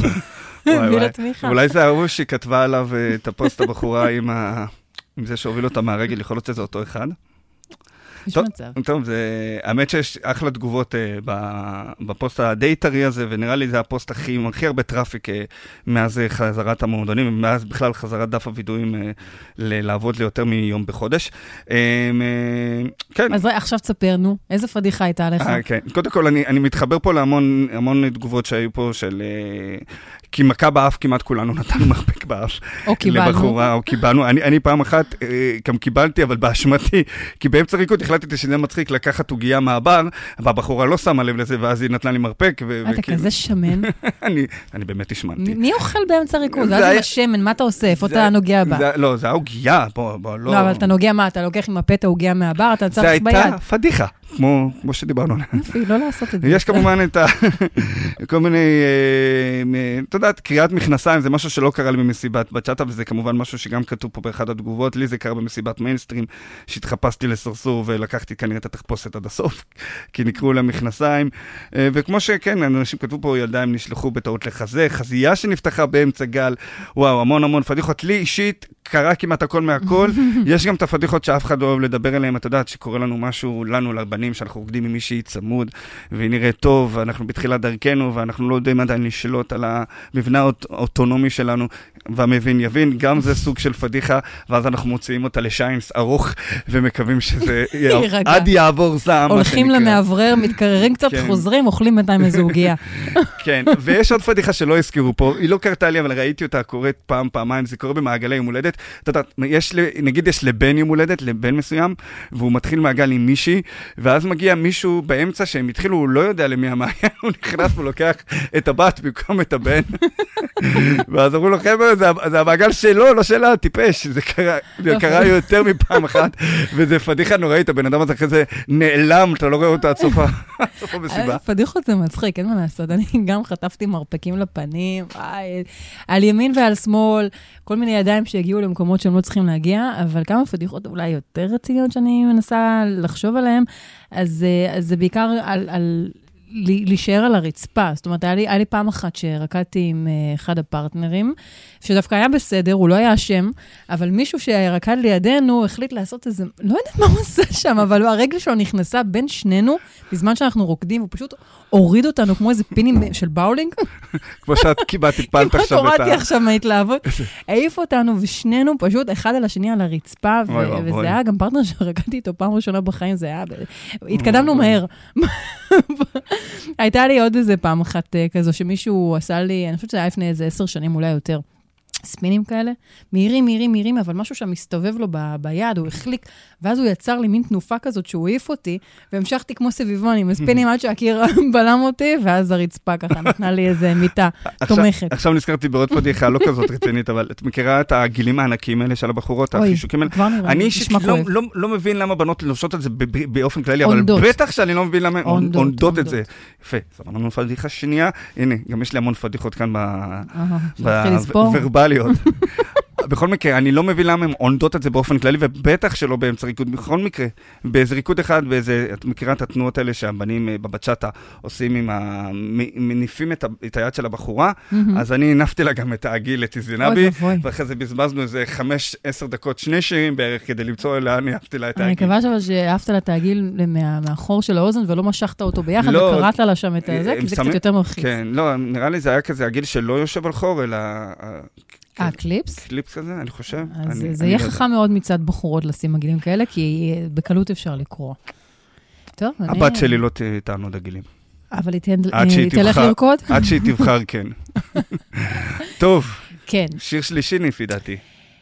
אולי זה ההוא שהיא כתבה עליו את הפוסט הבחורה עם זה שהוביל אותה מהרגל, יכול להיות שזה אותו אחד? טוב, טוב, זה, האמת שיש אחלה תגובות uh, בפוסט הדי טרי הזה, ונראה לי זה הפוסט הכי, הכי הרבה טראפיק uh, מאז חזרת המועדונים, ומאז בכלל חזרת דף הוידויים uh, ל- לעבוד ליותר מיום בחודש. Um, uh, כן. אז עכשיו תספרנו, איזה פדיחה הייתה לך? Uh, כן, קודם כל אני, אני מתחבר פה להמון המון תגובות שהיו פה של... Uh, כי מכה באף כמעט כולנו נתנו מרפק באף. או קיבלנו. לבחורה, או קיבלנו. אני, אני פעם אחת גם קיבלתי, אבל באשמתי, כי באמצע ריקוד החלטתי שזה מצחיק לקחת עוגייה מהבר, והבחורה לא שמה לב לזה, ואז היא נתנה לי מרפק. אתה כזה שמן. אני, אני באמת השמנתי. מי אוכל באמצע ריקוד? ואז עם השמן, מה אתה עושה? איפה אתה נוגע בה? לא, זה העוגייה, בוא, בוא, לא. לא, אבל אתה נוגע מה? אתה לוקח עם הפת העוגייה מהבר, אתה צריך ביד. זה הייתה פדיחה, כמו, כמו שדיברנו עליה. יופי, לא לעשות את זה. יש כמובן את ה... כל מיני, אתה יודעת, קריאת מכנסיים, זה משהו שלא קרה לי במסיבת בצ'אטה, וזה כמובן משהו שגם כתוב פה באחד התגובות, לי זה קרה במסיבת מיינסטרים, שהתחפשתי לסרסור ולקחתי כנראה את התחפושת עד הסוף, כי נקראו לה מכנסיים, וכמו שכן, אנשים כתבו פה, ילדיים נשלחו בטעות לחזה, חזייה שנפתחה באמצע גל, וואו, המון המון פדיחות. לי אישית קרה כמעט הכל מהכל, יש גם את הפדיחות שאף אחד לא אוהב לדבר עליהם, אתה יודעת שקורה לנו משהו, לנו לבנים, שאנחנו רוקדים עם מישהי צמוד, והיא נראית טוב, ואנחנו בתחילת דרכנו, ואנחנו לא יודעים עדיין לשלוט על המבנה האוטונומי שלנו, והמבין יבין, גם זה סוג של פדיחה, ואז אנחנו מוציאים אותה לשיינס ארוך, ומקווים שזה עד יעבור זעם. הולכים למעברר, מתקררים קצת, חוזרים, אוכלים בינתיים איזו עוגיה. כן, ויש עוד פדיחה שלא הזכירו פה, היא לא קרתה לי, אבל ראיתי אותה קורית פעם, פעמיים, זה קורה במעגלי יום הולדת. אתה יודע, נגיד יש לבן יום הולדת, לבן מסוים, והוא מתחיל מעגל עם מישהי, ואז מגיע מישהו באמצע שהם התחילו, הוא לא יודע למי המעגל, הוא נכנס ולוקח את הבת במקום את הבן. ואז אמרו לו, חבר'ה, זה המעגל שלו, לא שלה, טיפש. זה קרה יותר מפעם אחת, וזה פדיחה נוראית, הבן אדם הזה אחרי זה נעלם, אתה לא רואה אותה עד סופה מסיבה. פדיחות זה מצחיק, אין מה לעשות. אני גם חטפתי מרפקים לפנים, על ימין ועל שמאל, כל מיני ידיים שהגיעו למקומות שהם לא צריכים להגיע, אבל כמה פדיחות אולי יותר רציניות שאני מנסה לחשוב עליהן, אז זה בעיקר על להישאר על הרצפה. זאת אומרת, היה לי, היה לי פעם אחת שרקדתי עם אחד הפרטנרים, שדווקא היה בסדר, הוא לא היה אשם, אבל מישהו שרקד לידינו החליט לעשות איזה, לא יודעת מה הוא עושה שם, אבל הרגל שלו נכנסה בין שנינו, בזמן שאנחנו רוקדים, הוא פשוט הוריד אותנו כמו איזה פינים של באולינג. כמו שאת כמעט התפלת עכשיו את ה... כמעט הורדתי עכשיו מהתלהבות. העיף אותנו, ושנינו פשוט אחד על השני על הרצפה, וזה היה גם פרטנר שרקדתי איתו פעם ראשונה בחיים, זה היה... התקדמנו מהר. הייתה לי עוד איזה פעם אחת כזו, שמישהו עשה לי, אני חושבת שזה היה לפני איזה עשר שנים, אולי יותר, ספינים כאלה, מהירים, מהירים, מהירים, אבל משהו שם מסתובב לו ב- ביד, הוא החליק, ואז הוא יצר לי מין תנופה כזאת שהוא העיף אותי, והמשכתי כמו סביבון עם הספינים עד שהקיר בלם אותי, ואז הרצפה ככה נתנה לי איזה מיטה תומכת. עכשיו נזכרתי בעוד פדיחה, לא כזאת רצינית, אבל את מכירה את הגילים הענקים האלה של הבחורות, החישוקים האלה? אני אישית לא מבין למה בנות לובשות את זה באופן כללי, אבל בטח שאני לא מבין למה הן עונדות את זה. יפה, סבבה, פדיחה שנייה, הנה, גם יש לי המון פדיחות כאן בוורבליות. בכל מקרה, אני לא מבין למה הם עונדות את זה באופן כללי, ובטח שלא באמצע ריקוד. בכל מקרה, באיזה ריקוד אחד, באיזה, את מכירה את התנועות האלה שהבנים בבצ'אטה עושים עם ה... מניפים את, ה... את היד של הבחורה, mm-hmm. אז אני הנפתי לה גם את העגיל, את איזינבי, ואחרי זה בזבזנו איזה חמש, עשר דקות, שני שירים בערך, כדי למצוא אליה, אני הנפתי לה את העגיל. אני מקווה שאהבת לה את העגיל מה... מהחור של האוזן, ולא משכת אותו ביחד, לא, וקראת לה שם את זה, כי זה קצת יותר מלחיץ. כן, לא, נראה לי זה היה כזה עגיל שלא יושב על חור, אלא... אה, קליפס? קליפס כזה, אני חושב. אז זה יהיה חכם מאוד מצד בחורות לשים עגילים כאלה, כי בקלות אפשר לקרוא. טוב, אני... הבת שלי לא תענוד עגילים. אבל היא תלך לרקוד? עד שהיא תבחר, כן. טוב. כן. שיר שלישי לפי דעתי.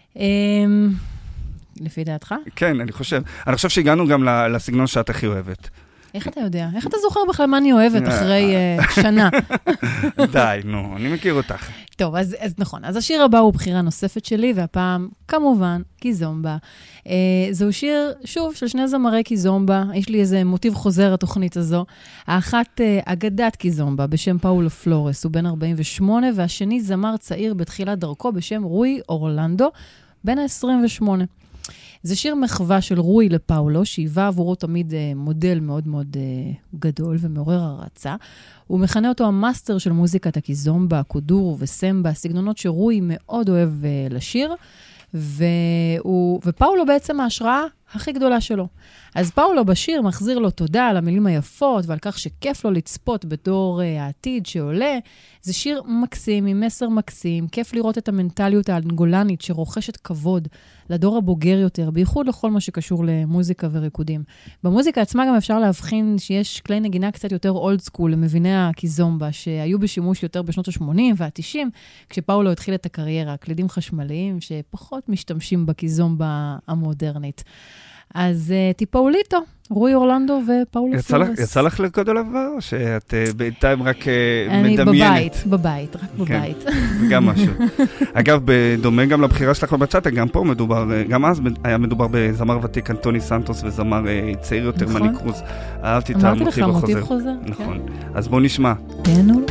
לפי דעתך? כן, אני חושב. אני חושב שהגענו גם לסגנון שאת הכי אוהבת. איך אתה יודע? איך אתה זוכר בכלל מה אני אוהבת אחרי שנה? די, נו, אני מכיר אותך. טוב, אז, אז נכון. אז השיר הבא הוא בחירה נוספת שלי, והפעם, כמובן, קיזומבה. אה, זהו שיר, שוב, של שני זמרי קיזומבה. יש לי איזה מוטיב חוזר התוכנית הזו. האחת, אה, אגדת קיזומבה, בשם פאולו פלורס, הוא בן ארבעים ושמונה, והשני זמר צעיר בתחילת דרכו, בשם רוי אורלנדו, בן ה-עשרים ושמונה. זה שיר מחווה של רוי לפאולו, שהיווה עבורו תמיד אה, מודל מאוד מאוד אה, גדול ומעורר הרצה. הוא מכנה אותו המאסטר של מוזיקת הקיזומבה, קודורו וסמבה, סגנונות שרוי מאוד אוהב אה, לשיר, והוא, ופאולו בעצם ההשראה הכי גדולה שלו. אז פאולו בשיר מחזיר לו תודה על המילים היפות, ועל כך שכיף לו לצפות בתור uh, העתיד שעולה. זה שיר מקסים, עם מסר מקסים, כיף לראות את המנטליות האנגולנית שרוכשת כבוד לדור הבוגר יותר, בייחוד לכל מה שקשור למוזיקה וריקודים. במוזיקה עצמה גם אפשר להבחין שיש כלי נגינה קצת יותר אולד סקול למביני הקיזומבה, שהיו בשימוש יותר בשנות ה-שמונים וה-תשעים, כשפאולו התחיל את הקריירה, קלידים חשמליים שפחות משתמשים בקיזומבה המודרנית. אז uh, טיפאוליטו, רוי אורלנדו ופאולו יצא לך, פלורס. יצא לך לרקוד עליו כבר, או שאת uh, בינתיים רק uh, אני מדמיינת? בבית, בבית, רק בבית. כן, גם משהו. אגב, בדומה גם לבחירה שלך בבצ'אטה, גם פה מדובר, גם אז היה מדובר בזמר ותיק אנטוני סנטוס וזמר uh, צעיר יותר נכון. מני קרוז. אהבתי את אמרתי לך, המוטיב מוטיב החוזר. חוזר. נכון. כן. אז בואו נשמע. תהנו.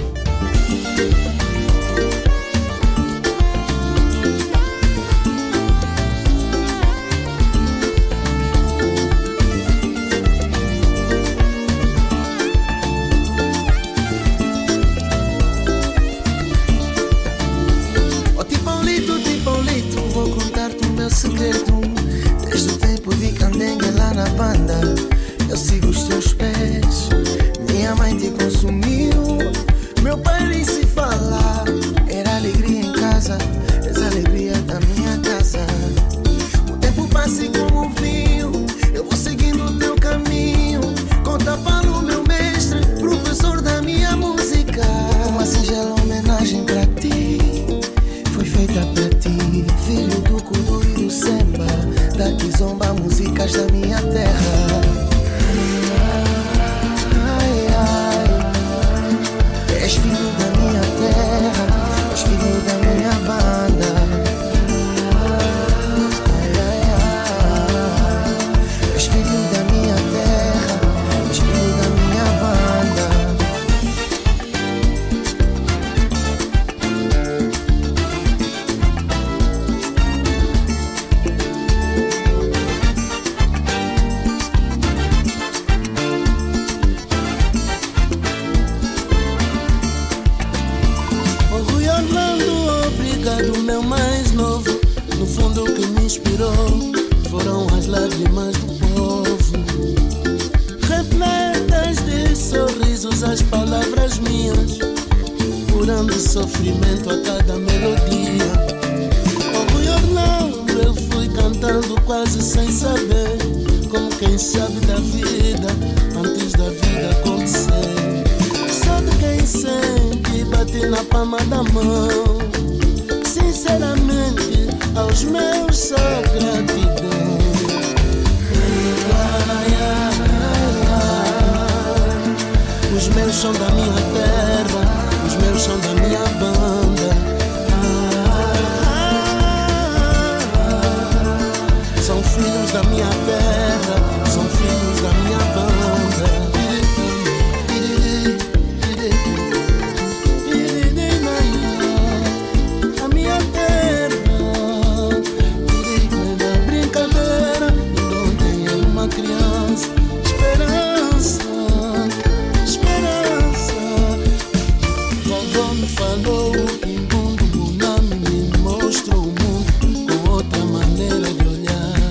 Segredo, desde o tempo de candengue lá na banda, eu sigo os teus pés. Minha mãe te consumiu, meu pai nem se falar. Era alegria em casa, és alegria da minha casa. O tempo passa e como um vinho, eu vou seguindo o teu caminho. Conta para o meu mestre, professor da minha música. Uma singela homenagem pra ti, foi feita pra ti, filho do Kudu e do Semba, da Kizomba, músicas da minha terra. Ai, ai, és filho da minha terra, és filho da minha banda. Ai, ai, ai, és filho da minha terra, és filho da minha banda. Foram as lágrimas do povo, repletas de sorrisos as palavras minhas, curando sofrimento a cada melodia. Oh, Rui Orlando, eu fui cantando quase sem saber, como quem sabe da vida, antes da vida acontecer. Só de quem sente, bate na palma da mão, sinceramente, aos meus só gratidão. Ai, ai, ai. Os meus são da minha terra, os meus são da minha banda. Ai, são filhos da minha terra, são filhos da minha banda. A minha terra, da brincadeira, onde é uma criança, esperança, esperança. Vovó me falou que o mundo, o nome me mostrou o mundo com outra maneira de olhar.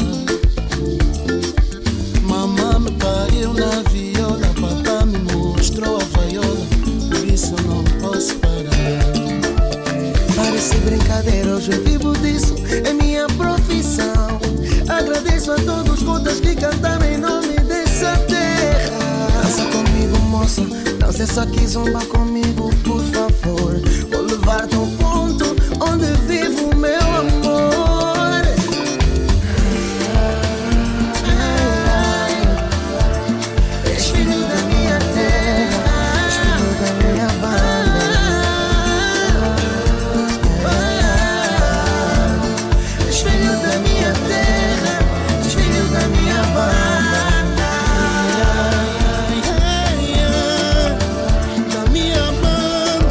Mamãe me pariu na viola, papá me mostrou a vaiola, por isso eu não posso parar. Parece brincadeira, hoje eu vivo disso, é minha profissão. Agradeço a todos contas que cantaram em nome dessa terra. Dança comigo, moça, dança essa kizomba comigo, por favor. Vou levar-te ao ponto onde vivo o meu amor. És filho da minha terra, és filho da minha banda. És filho da minha terra, és filho da minha banda. Da minha banda.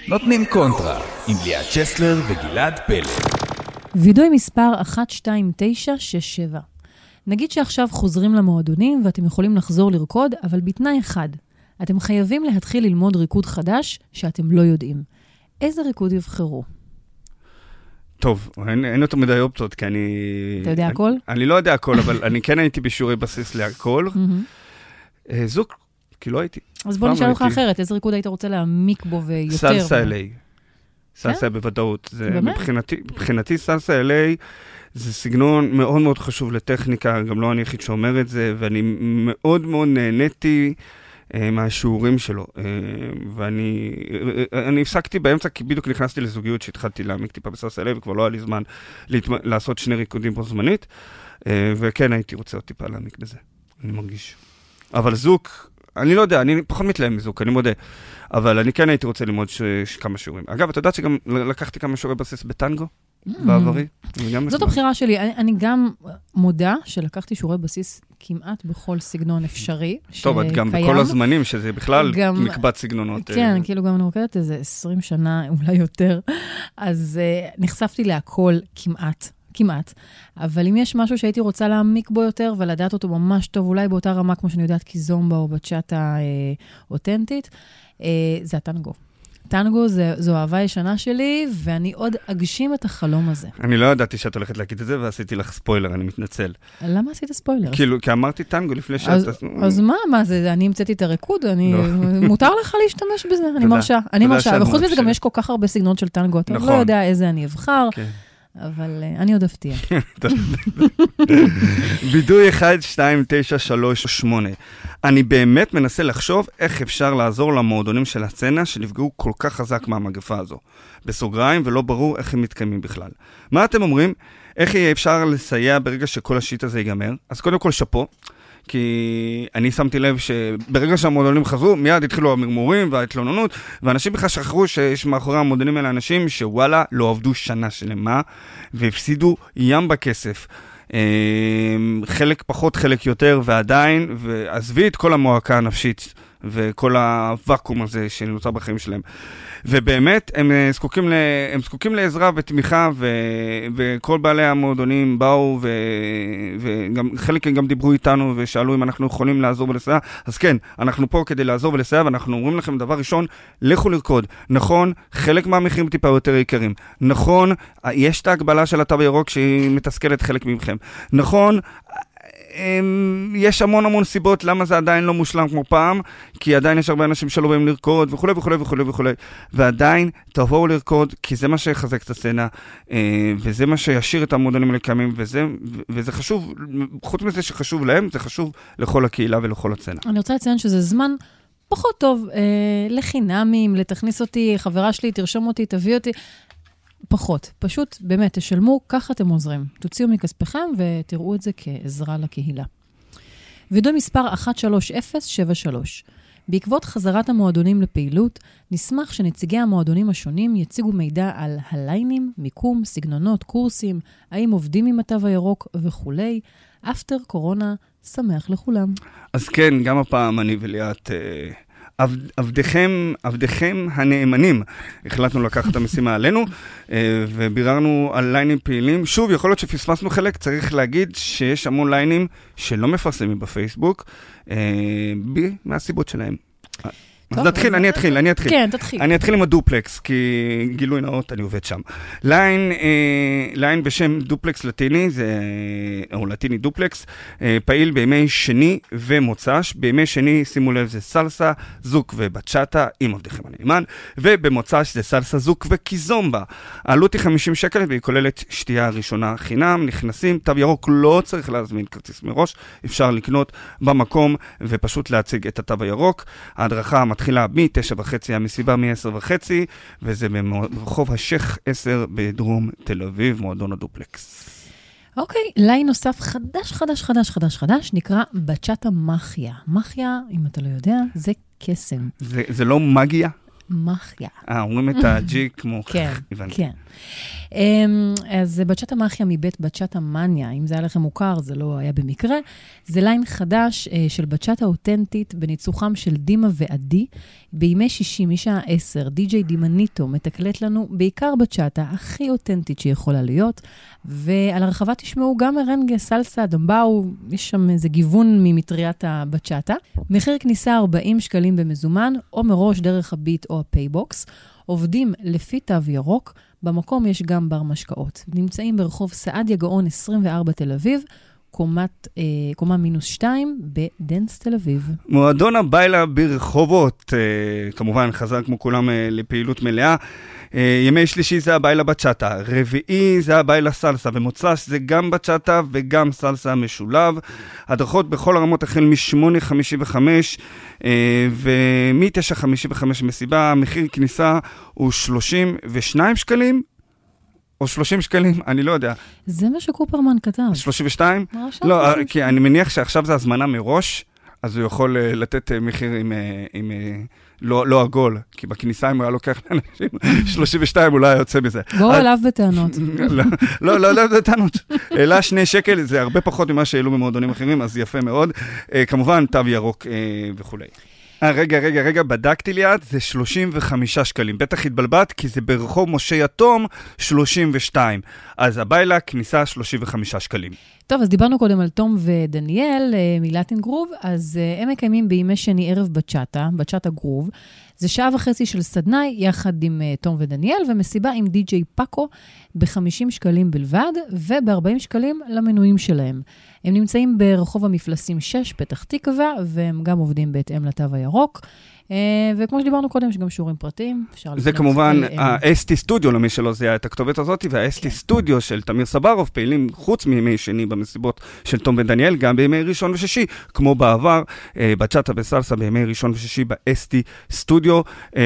נותנים קונטרה עם ליאת צ'סלר וגלעד פלד. וידוי מספר אחת שתיים תשע שש שבע. נגיד שעכשיו חוזרים למועדונים ואתם יכולים לחזור לרקוד, אבל בתנאי אחד. אתם חייבים להתחיל ללמוד ריקוד חדש שאתם לא יודעים. איזה ריקוד יבחרו? טוב, אין, אין יותר מדי אופציות, כי אני... אתה יודע הכל? אני, אני לא יודע הכל, אבל אני כן הייתי בשיעורי בסיס להכל. זוק, כי לא הייתי. אז בוא נשאל אותך אחרת, איזה ריקוד היית רוצה להעמיק בו ויותר? סלסה אל איי. סלסה בוודאות. מבחינתי סלסה אל איי זה סגנון מאוד מאוד חשוב לטכניקה, גם לא אני היחיד שאומר את זה, ואני מאוד מאוד נהניתי מהשיעורים שלו. ואני אני הפסקתי באמצע, כי בדיוק נכנסתי לזוגיות שהתחלתי להעמיק טיפה בסלסה אל איי, וכבר לא היה לי זמן לעשות שני ריקודים בו זמנית, וכן הייתי רוצה עוד טיפה להעמיק בזה. אני מרגיש. אבל זוק, אני לא יודע, אני פחות מתלהם מזוק, אני מודה. אבל אני כן הייתי רוצה ללמוד ש... ש... כמה שיעורים. אגב, אתה יודעת שגם לקחתי כמה שיעורי בסיס בטנגו, mm. בעברי? זאת הבחירה שלי. אני, אני גם מודה שלקחתי שיעורי בסיס כמעט בכל סגנון אפשרי טוב, את גם בכל הזמנים, שזה בכלל גם... מקבץ סגנונות. כן, uh... כאילו גם אני רוקדת איזה עשרים שנה, אולי יותר. אז uh, נחשפתי להכל כמעט. כמעט, אבל אם יש משהו שהייתי רוצה להעמיק בו יותר ולדעת אותו ממש טוב, אולי באותה רמה כמו שאני יודעת קיזומבה או בצ'אטה אותנטית, זה הטנגו. טנגו זה, זו אהבה ישנה שלי, ואני עוד אגשים את החלום הזה. אני לא ידעתי שאת הולכת להגיד את זה, ועשיתי לך ספוילר, אני מתנצל. למה עשית ספוילר? כאילו, כי אמרתי טנגו לפני שאת... אז, אז מה, מה זה? אני המצאתי את הריקוד, אני... מותר לך להשתמש בזה, אני מרשה. אני מרשה, וחוץ מזה גם יש כל כך הרבה סגנונות של טנגו, אתה לא יודע איזה אני אבחר. אבל אני עוד אפתיע. וידוי אחת שתיים תשע שלוש שמונה. אני באמת מנסה לחשוב איך אפשר לעזור למועדונים של הסצנה שנפגעו כל כך חזק מהמגפה הזו. בסוגריים ולא ברור איך הם מתקיימים בכלל. מה אתם אומרים? איך יהיה אפשר לסייע ברגע שכל השיט הזה ייגמר? אז קודם כל שפו. כי אני שמתי לב שברגע שהמועדונים חזרו, מיד התחילו המרמורים וההתלוננות, ואנשים בכלל שכחו שיש מאחורי המועדונים האלה אנשים שוואלה לא עבדו שנה שלמה, והפסידו ים בכסף. חלק פחות, חלק יותר, ועדיין, ועזבי את כל המועקה הנפשית, וכל הוואקום הזה שנוצר בחיים שלהם. ובאמת, הם זקוקים, ל... הם זקוקים לעזרה ותמיכה, ו... וכל בעלי המועדונים באו, ו... וגם חלק גם דיברו איתנו, ושאלו אם אנחנו יכולים לעזור ולסייע. אז כן, אנחנו פה כדי לעזור ולסייע, ואנחנו אומרים לכם דבר ראשון, לכו לרקוד. נכון, חלק מהמחירים טיפה יותר יקרים. נכון, יש את ההגבלה של התו הירוק שהיא מתסכלת חלק מכם. נכון, יש המון המון סיבות למה זה עדיין לא מושלם כמו פעם, כי עדיין יש הרבה אנשים שלא באים לרקוד וכו' וכו' וכו' וכו', ועדיין תבואו לרקוד, כי זה מה שיחזק את הסצנה, וזה מה שישאיר את המועדונים לקיימים, וזה, וזה חשוב, חוץ מזה שחשוב להם, זה חשוב לכל הקהילה ולכל הסצנה. אני רוצה לציין שזה זמן פחות טוב לחינמים, לתכניס אותי, חברה שלי, תרשום אותי, תביא אותי, פחות. פשוט, באמת, תשלמו, ככה אתם עוזרים. תוציאו מכספכם ותראו את זה כעזרה לקהילה. וידוי מספר אחת שלוש אפס שבע שלוש. בעקבות חזרת המועדונים לפעילות, נשמח שנציגי המועדונים השונים יציגו מידע על הליינים, מיקום, סגנונות, קורסים, האם עובדים עם התו הירוק וכו'. אפטר קורונה, שמח לכולם. אז כן, גם הפעם אני וליאת... עבדיכם, עבדיכם הנאמנים, החלטנו לקחת את המשימה עלינו, וביררנו על ליינים פעילים. שוב, יכול להיות שפספסנו חלק, צריך להגיד שיש המון ליינים שלא מפרסמים בפייסבוק, מהסיבות שלהם. אז נתחיל, אני אתחיל, אני אתחיל. כן, תתחיל. אני אתחיל עם הדופלקס, כי גילוי נאות, אני עובד שם. ליין, ליין בשם דופלקס לטיני, זה, או לטיני דופלקס, פעיל בימי שני ומוצ"ש. בימי שני, שימו לב, זה סלסה, זוק ובצ'אטה, עם עבדיכם הנאמן, ובמוצ"ש זה סלסה, זוק וקיזומבה. העלות היא חמישים שקל, והיא כוללת שתייה ראשונה חינם, נכנסים, תו ירוק לא צריך להזמין כרטיס מראש, אפשר לקנות במקום ופשוט להציג את התו הירוק. ההדרכה מתחילה מ-תשע וחצי, המסיבה מ-עשר וחצי, וזה ברחוב השייח עשר בדרום תל אביב, מועדון הדופלקס. אוקיי, ליין נוסף חדש, חדש, חדש, חדש, חדש, נקרא בצ'אטה מחיה. מחיה, אם אתה לא יודע, זה קסם. זה, זה לא מגיה? מחיה. אה, אומרים את הג'י כמו... כן, כן. אז בצ'אטה מאחיה מבית בצ'אטה מניה, אם זה היה לכם מוכר, זה לא היה במקרה, זה ליין חדש של בצ'אטה אותנטית בניצוחם של דימה ועדי, בימי שישי, משעה עשר, די-ג'יי דימניטו מתקלט לנו בעיקר בצ'אטה הכי אותנטית שיכולה להיות, ועל הרחבה תשמעו גם מרנגה, סלסה, דמבאו, יש שם איזה גיוון ממטריית בצ'אטה. מחיר כניסה ארבעים שקלים במזומן, או מראש דרך הביט או הפייבוקס. עובדים לפי תו ירוק, במקום יש גם בר משקאות. נמצאים ברחוב סעדיה גאון עשרים וארבע תל אביב, קומת, אה, קומה מינוס שתיים בדנס תל אביב. מועדון הביילה ברחובות, אה, כמובן חזר כמו כולם אה, לפעילות מלאה. אה, ימי שלישי זה הביילה בצ'אטה, רביעי זה הביילה סלסה, ומוצ"ש זה גם בצ'אטה וגם סלסה משולב. הדרכות בכל הרמות החל מ-שמונה חמישים וחמש אה, ומ-תשע חמישים וחמש מסיבה. מחיר כניסה הוא שלושים ושניים שקלים. או שלושים שקלים, אני לא יודע. זה מה שקופרמן כתב. שלושים ושתיים? לא, כי אני מניח שעכשיו זה הזמנה מראש, אז הוא יכול לתת מחיר עם, עם לא, לא עגול, כי בכניסה אם הוא היה לוקח לאנשים, שלושים ושתיים אולי יוצא מזה. בואו אליו בטענות. לא, לא, לא בטענות. אלא שני שקל, זה הרבה פחות ממה שהעלו במועדונים אחרים, אז יפה מאוד. כמובן, תו ירוק וכולי. אה, רגע, רגע, רגע, בדקתי ליד, זה שלושים וחמישה שקלים. בטח התבלבט, כי זה ברחוב משה יתום שלושים ושתיים. אז הביילה, כניסה שלושים וחמישה שקלים. טוב, אז דיברנו קודם על תום ודניאל מלטין גרוב, אז הם מקיימים בימי שני ערב בצ'אטה, בצ'אטה גרוב. זה שעה וחצי של סדנאי, יחד עם תום ודניאל, ומסיבה עם די-ג'יי פאקו ב-חמישים שקלים בלבד, וב-ארבעים שקלים למנויים שלהם. הם נמצאים ברחוב המפלסים שש, פתח תקווה, והם גם עובדים בהתאם לתו הירוק. וכמו שדיברנו קודם, יש גם שיעורים פרטיים. זה כמובן ה-אס טי סטודיו, למי שלא זיהה את הכתובת הזאת, וה-אס טי סטודיו של תמיר סברוב, פעילים חוץ מימי שני במסיבות של תום ודניאל, גם בימי ראשון ושישי, כמו בעבר, בצ'אטה וסלסה, בימי ראשון ושישי ב-אס טי סטודיו,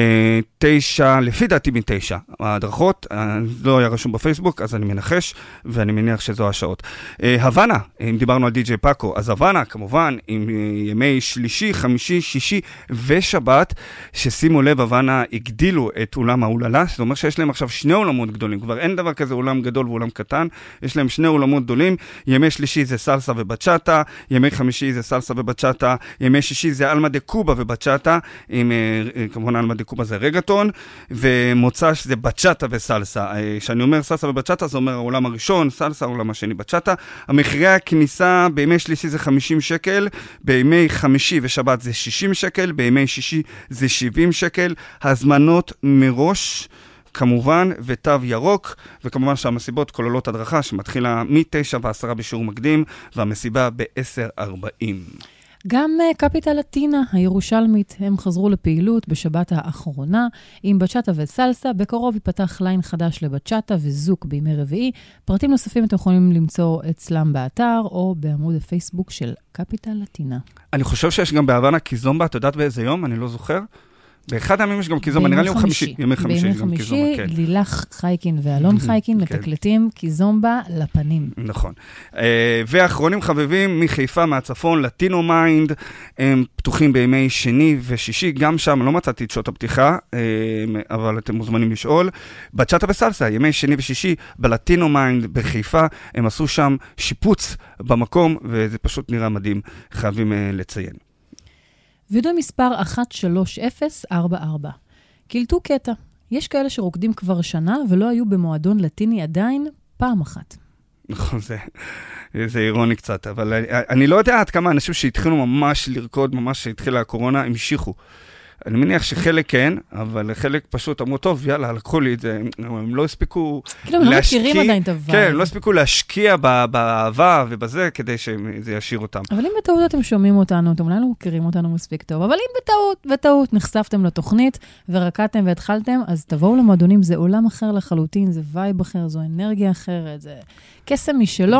תשע, לפי דעתי מתשע. ההדרכות, לא היה רשום בפייסבוק, אז אני מנחש, ואני מניח שזו השעות. הוואנה, אם דיברנו על די-ג'יי פאקו, אז הוואנה, כמובן, עם ימי שלישי, חמישי, שישי ושבת, ששימו לב, הוואנה הגדילו את אולם האוללה, זאת אומרת שיש להם עכשיו שני אולמות גדולים, כבר אין דבר כזה אולם גדול ואולם קטן, יש להם שני אולמות גדולים, ימי שלישי זה סלסה ובצ'אטה, ימי חמישי זה סלסה ובצ'אטה, ימי שישי זה אלמה דה קובה ובצ'אטה, עם, כמובן אלמה דה קובה זה רגטון, ומוצ"ש זה בצ'אטה וסלסה. כשאני אומר סלסה ובצ'אטה, זה אומר העולם הראשון, סלסה, העולם השני בצ'אטה. המחירי הכניסה בימי שלישי זה חמישים שקל, בימי חמישי ושבת זה שישים שקל, בימי שישי זה שבעים שקל, הזמנות מראש, כמובן, ותו ירוק, וכמובן שהמסיבות כוללות הדרכה שמתחילה מ-תשע ועשרה בשיעור מקדים, והמסיבה ב-עשר ארבעים. גם קפיטל לטינה הירושלמית, הם חזרו לפעילות בשבת האחרונה, עם בצ'אטה וסלסה, בקרוב ייפתח ליין חדש לבצ'אטה וזוק בימי רביעי. פרטים נוספים אתם יכולים למצוא אצלם באתר, או בעמוד הפייסבוק של קפיטל לטינה. אני חושב שיש גם בהוואנה קיזומבה, את יודעת באיזה יום? אני לא זוכר. באחד הימים יש גם קיזומבה, נראה לי יום חמישי. בימי חמישי, בימי חמישי, לילך חייקין ואלון חייקין מתקלטים קיזומבה לפנים. נכון. ואחרונים חביבים, מחיפה, מהצפון, לטינו מיינד, הם פתוחים בימי שני ושישי, גם שם לא מצאתי את שעות הפתיחה, אבל אתם מוזמנים לשאול. בצ'אטה וסלסה, ימי שני ושישי, בלטינו מיינד בחיפה, הם עשו שם שיפוץ במקום, וזה פשוט נראה מדהים, חייבים לציין. וידאו מספר אחת שלוש אפס ארבע ארבע. קלטו קטע. יש כאלה שרוקדים כבר שנה ולא היו במועדון לטיני עדיין פעם אחת. נכון, זה, זה אירוני קצת, אבל אני, אני לא יודע עד כמה אנשים שהתחילו ממש לרקוד, ממש שהתחילה הקורונה, המשיכו. אני מניח שחלק כן, אבל חלק פשוט אמרו, טוב, יאללה, לקחו לי את זה, הם לא הספיקו כאילו, הם לא מכירים עדיין את הוואי. כן, הם לא הספיקו להשקיע באהבה ובזה, כדי שזה ישאיר אותם. אבל אם בטעות אתם שומעים אותנו, אתם אולי לא מכירים אותנו מספיק טוב, אבל אם בטעות, בטעות נחשפתם לתוכנית, ורקדתם והתחלתם, אז תבואו למועדונים, זה עולם אחר לחלוטין, זה וייב אחר, זו אנרגיה אחרת, זה קסם משלו,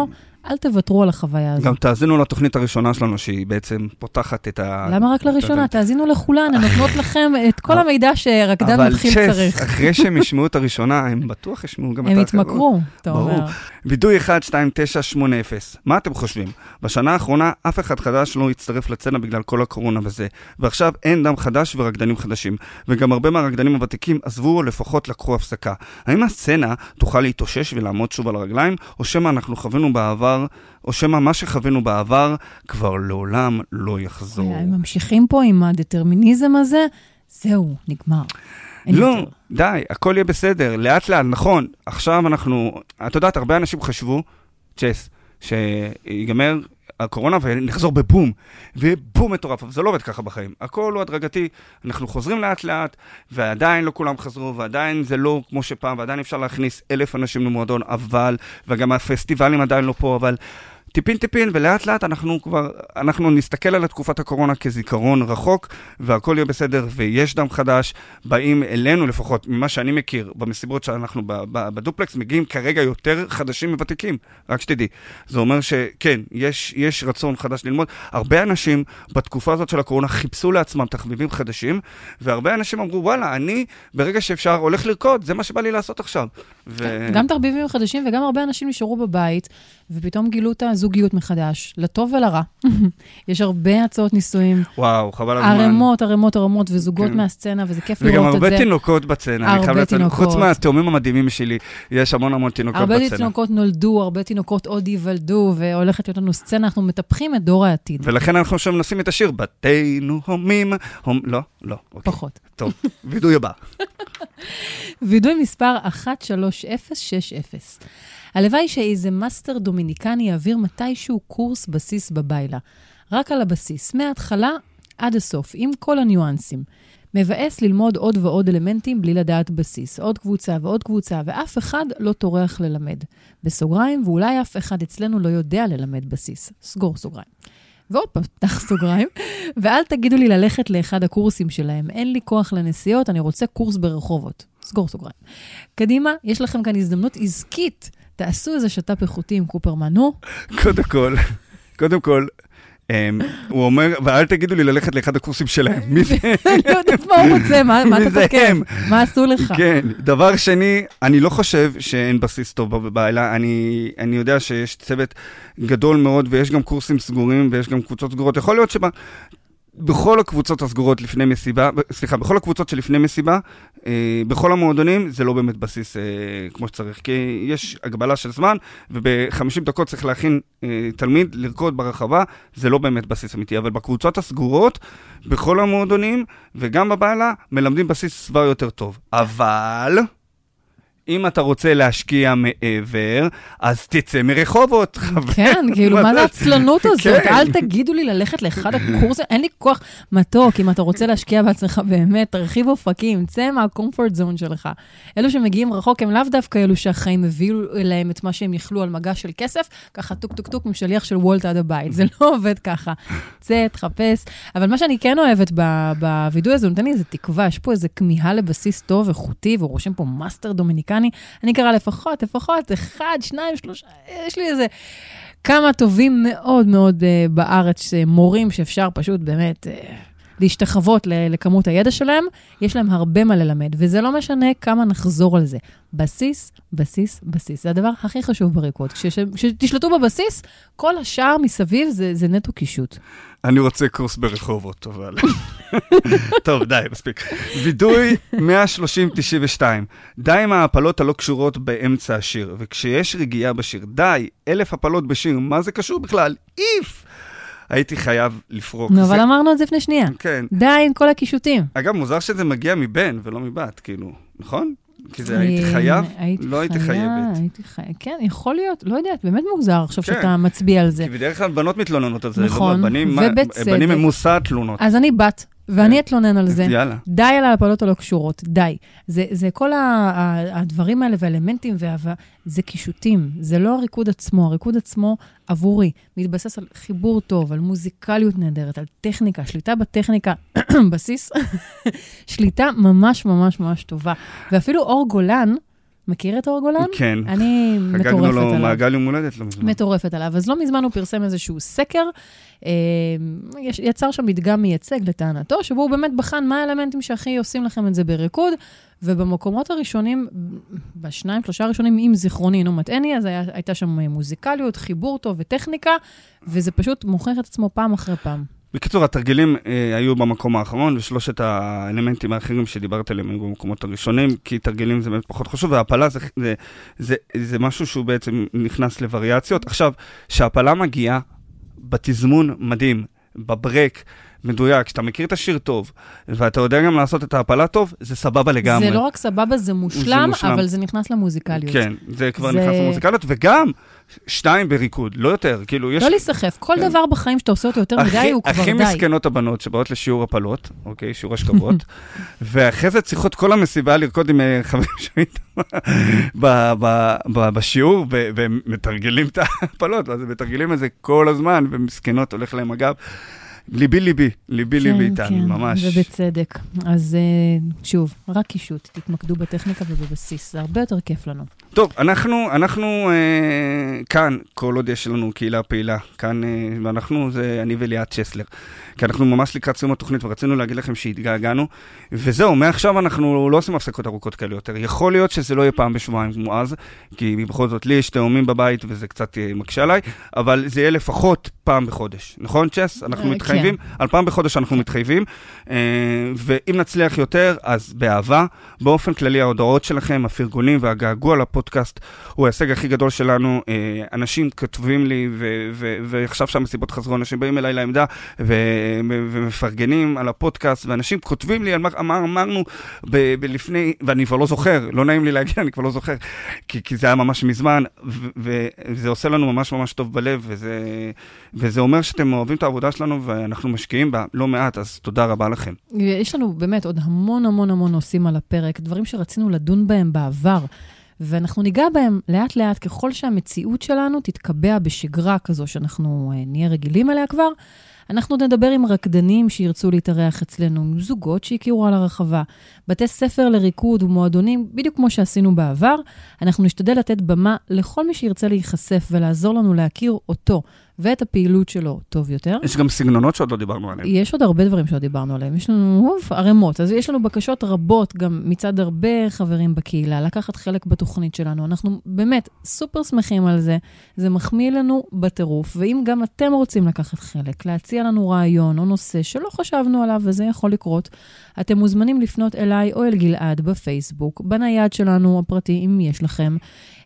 אל תוותרו על החוויה הזאת. גם תאזינו לתוכנית הראשונה שלנו, שהיא בעצם פותחת את ה... למה רק לראשונה? תאזינו לכולן, הן נותנות לכם את כל המידע שרקדן מתחיל צריך. אבל צ'ס, אחרי שהם ישמעו את הראשונה, הם בטוח ישמעו גם את הם האחרות. יתמכרו, אתה אומר. וידוי אחת שתיים תשע שמונה אפס. מה אתם חושבים? בשנה האחרונה אף אחד חדש לא יצטרף לצנה בגלל כל הקורונה וזה. ועכשיו אין דם חדש ורקדנים חדשים. וגם הרבה מהרקדנים הוותיקים עזבו או לפחות לקחו הפסקה. האם הסצנה תוכל להתאושש ולעמוד שוב על הרגליים, או שמה אנחנו חווינו בעבר, או שמה מה שחווינו בעבר כבר לעולם לא יחזור? הם ממשיכים פה עם הדטרמיניזם הזה, זהו, נגמר. לא, די, הכל יהיה בסדר, לאט לאט, נכון. עכשיו אנחנו, את יודעת, הרבה אנשים חשבו, צ'ס, שיגמר הקורונה ונחזור בבום, ובום מטורף, אבל זה לא עובד ככה בחיים. הכל הוא הדרגתי, אנחנו חוזרים לאט לאט, ועדיין לא כולם חזרו, ועדיין זה לא כמו שפעם, ועדיין אפשר להכניס אלף אנשים למועדון, אבל, וגם הפסטיבלים עדיין לא פה, אבל טיפין טיפין, ולאט לאט אנחנו כבר, אנחנו נסתכל על תקופת הקורונה כזיכרון רחוק, והכל יהיה בסדר, ויש דם חדש, באים אלינו לפחות, ממה שאני מכיר, במסיבות שאנחנו בדופלקס, מגיעים כרגע יותר חדשים וותיקים, רק שתדעי. זה אומר שכן, יש, יש רצון חדש ללמוד. הרבה אנשים בתקופה הזאת של הקורונה חיפשו לעצמם תחביבים חדשים, והרבה אנשים אמרו, וואלה, אני ברגע שאפשר הולך לרקוד, זה מה שבא לי לעשות עכשיו. ו... גם תחביבים חדשים, וגם הרבה אנשים נשארו בבית, ופתאום גילו את הזוגיות מחדש, לטוב ולרע. יש הרבה הצעות נישואים. וואו, חבל הזמן. ערמות, ערמות, ערמות, וזוגות כן. מהסצנה, וזה כיף לראות את זה. וגם הרבה תינוקות בצנה. הרבה תינוקות. חוץ מהתאומים המדהימים שלי, יש המון המון תינוקות הרבה בצנה. הרבה תינוקות נולדו, הרבה תינוקות עוד ייוולדו, והולכת להיות לנו סצנה, אנחנו מטפחים את דור העתיד. ולכן אנחנו שם נשים את השיר, בתינו הומים, הומ... לא, לא. אוקיי. פחות. טוב, וידוי הבא. וידוי מספר אחת שלוש אפס שש אפס. הלוואי שאיזה מאסטר דומיניקני יעביר מתישהו קורס בסיס בביילה. רק על הבסיס, מההתחלה עד הסוף, עם כל הניואנסים. מבאס ללמוד עוד ועוד אלמנטים בלי לדעת בסיס. עוד קבוצה ועוד קבוצה, ואף אחד לא תורח ללמד. בסוגריים, ואולי אף אחד אצלנו לא יודע ללמד בסיס. סגור סוגריים. ועוד פעם, פתח סוגריים. ואל תגידו לי ללכת לאחד הקורסים שלהם. אין לי כוח לנסיעות, אני רוצה קורס ברחובות. סגור סוגריים. קדימה, יש לכם כאן הזדמנות עסקית. תעשו איזה שטאפ איכותי עם קופרמן, נו? קודם כל, קודם כל, הוא אומר, ואל תגידו לי ללכת לאחד הקורסים שלהם. מי זה? אני לא יודעת מה הוא רוצה, מה אתה תוקף? מה עשו לך? כן, דבר שני, אני לא חושב שאין בסיס טוב בבעלה, אני יודע שיש צוות גדול מאוד, ויש גם קורסים סגורים, ויש גם קבוצות סגורות. יכול להיות שבה... בכל הקבוצות הסגורות לפני מסיבה, סליחה, בכל הקבוצות שלפני מסיבה, אה, בכל המועדונים, זה לא באמת בסיס אה, כמו שצריך, כי יש הגבלה של זמן, וב-חמישים דקות צריך להכין אה, תלמיד לרקוד ברחבה, זה לא באמת בסיס אמיתי, אבל בקבוצות הסגורות, בכל המועדונים, וגם בבעלה, מלמדים בסיס סבר יותר טוב. אבל... אם אתה רוצה להשקיע מעבר, אז תצא מרחובות. כן, כאילו, מה זה הצלנות הזאת? אל תגידו לי ללכת לאחד הקורסים, אין לי כוח מתוק, אם אתה רוצה להשקיע בעצמך באמת, תרחיב אופקים, צא מהקומפורט זון שלך. אלו שמגיעים רחוק, הם לאו דווקא אלו שהחיים הביאו אליהם את מה שהם יכלו על מגע של כסף, ככה טוק טוק טוק משליח של וולט עד הבית. זה לא עובד ככה. צא, תחפש. אבל מה שאני כן אוהבת בווידוי הזה, נותן לי איזה תקווה, יש פה איזה כמיהה לבסיס טוב, איכותי, ורושם פה מאסטר דומיניקני. אני קרא לפחות, לפחות, אחד, שניים, שלושה, יש לי איזה כמה טובים מאוד מאוד uh, בארץ, מורים שאפשר פשוט באמת uh, להשתחוות לכמות הידע שלהם, יש להם הרבה מה ללמד, וזה לא משנה כמה נחזור על זה. בסיס, בסיס, בסיס. זה הדבר הכי חשוב בריקוד. כשתשלטו בבסיס, כל השאר מסביב זה, זה נטו קישוט. אני רוצה קורס ברחובות, אבל... טוב, די, מספיק. וידוי מאה שלושים תשעים ושתיים. די עם ההפלות הלא קשורות באמצע השיר, וכשיש רגיעה בשיר, די, אלף הפלות בשיר, מה זה קשור בכלל? איף! הייתי חייב לפרוק. נו, אבל אמרנו את זה לפני שנייה. כן. די עם כל הקישוטים. אגב, מוזר שזה מגיע מבן ולא מבת, כאילו, נכון? כי זה הייתי חייב, לא הייתי חייבת. הייתי חייבת, כן, יכול להיות, לא יודעת, באמת מוזר עכשיו שאתה מצביע על זה. כי בדרך כלל בנות מתלוננות על זה. נכון, ובצדק. בנים הם מושא תלונות. אז אני בת, ואני אתלונן על זה. יאללה. די על ההפלות הלא קשורות, די. זה, זה כל הדברים האלה והאלמנטים והאהבה, זה קישוטים, זה לא הריקוד עצמו, הריקוד עצמו עבורי, מתבסס על חיבור טוב, על מוזיקליות נהדרת, על טכניקה, שליטה בטכניקה, בסיס, שליטה ממש ממש ממש טובה. ואפילו אור גולן, מכיר את אור גולן? כן. אני מטורפת עליו. חגגנו לו מעגל יום הולדת לא מזמן. מטורפת עליו. אז לא מזמן הוא פרסם איזשהו סקר, יצר שם מדגם מייצג לטענתו, שבו הוא באמת בחן מה האלמנטים שהכי עושים לכם את זה בריקוד, ובמקומות הראשונים, בשניים, שלושה הראשונים, עם זיכרוני אינו מטעני, אז הייתה שם מוזיקליות, חיבור טוב וטכניקה, וזה פשוט מוכר את עצמו פעם אחרי פעם. בקיצור, התרגילים אה, היו במקום האחרון, ושלושת האלמנטים האחרים שדיברת עליהם היו במקומות הראשונים, כי תרגילים זה באמת פחות חשוב, והפלה זה, זה, זה, זה משהו שהוא בעצם נכנס לווריאציות. עכשיו, שהפלה מגיעה בתזמון מדהים, בברק, מדויק, כשאתה מכיר את השיר טוב, ואתה יודע גם לעשות את ההפלה טוב, זה סבבה לגמרי. זה לא רק סבבה, זה מושלם, זה מושלם. אבל זה נכנס למוזיקליות. כן, זה כבר זה... נכנס למוזיקליות, וגם שתיים בריקוד, לא יותר, כאילו יש... לא להיסחף, כל כן. דבר בחיים שאתה עושה אותו יותר מדי, הוא כבר די. הכי מסכנות הבנות שבאות לשיעור הפלות, אוקיי, שיעור השכבות, ואחרי זה צריכות כל המסיבה לרקוד עם חברים שלי בשיעור, ומתרגלים את ההפלות, אז מתרגלים את זה כל הזמן, ומסכנות הולך להם אגב. ליבי ליבי, ליבי כן, ליבי איתן, כן, ממש. ובצדק. אז שוב, רק קישוט, תתמקדו בטכניקה ובבסיס, זה הרבה יותר כיף לנו. טוב, אנחנו, אנחנו אה, כאן, כל עוד יש לנו קהילה פעילה, כאן, אה, ואנחנו, זה אני וליאת צ'סלר, כי אנחנו ממש לקראת סיום התוכנית, ורצינו להגיד לכם שהתגעגענו, וזהו, מעכשיו אנחנו לא עושים הפסקות ארוכות כאלה יותר. יכול להיות שזה לא יהיה פעם בשבועיים כמו אז, כי בכל זאת לי יש תאומים בבית, וזה קצת מקשה עליי, אבל זה יהיה לפחות פעם בחודש. נכון, צ'ס? אנחנו מתחייבים, על פעם בחודש אנחנו מתחייבים, ואם נצליח יותר, אז באהבה, באופן כללי ההודעות שלכם, הפרגונים והגעגוע לפודקאסט, הוא ההישג הכי גדול שלנו. אנשים כתובים לי, ועכשיו שהמסיבות חזרו, אנשים באים אליי לעמדה, ומפרגנים על הפודקאסט, ואנשים כותבים לי על מה אמרנו בלפני, ואני כבר לא זוכר, לא נעים לי להגיד, אני כבר לא זוכר, כי זה היה ממש מזמן, וזה עושה לנו ממש ממש טוב בלב, וזה אומר שאתם אוהבים את העבודה שלנו, ואנחנו משקיעים בה לא מעט, אז תודה רבה לכם. יש לנו באמת עוד המון המון המון נושאים על הפרק, דברים שרצינו לדון בהם בעבר, ואנחנו ניגע בהם לאט לאט, ככל שהמציאות שלנו תתקבע בשגרה כזו, שאנחנו נהיה רגילים אליה כבר, אנחנו נדבר עם רקדנים שירצו להתארח אצלנו, עם זוגות שיכירו על הרחבה, בתי ספר לריקוד ומועדונים, בדיוק כמו שעשינו בעבר, אנחנו נשתדל לתת במה לכל מי שירצה להיחשף ולעזור לנו להכיר אותו ואת הפעילות שלו טוב יותר. יש גם סגנונות שעוד לא דיברנו עליהם. יש עוד הרבה דברים שעוד דיברנו עליהם. יש לנו אוף, ערימות. אז יש לנו בקשות רבות גם מצד הרבה חברים בקהילה, לקחת חלק בתוכנית שלנו. אנחנו באמת סופר שמחים על זה. זה מחמיא לנו בטירוף. ואם גם אתם רוצים לקחת חלק, להציע לנו רעיון או נושא שלא חשבנו עליו, וזה יכול לקרות, אתם מוזמנים לפנות אליי או אל גלעד בפייסבוק, בנייד שלנו הפרטי, אם יש לכם.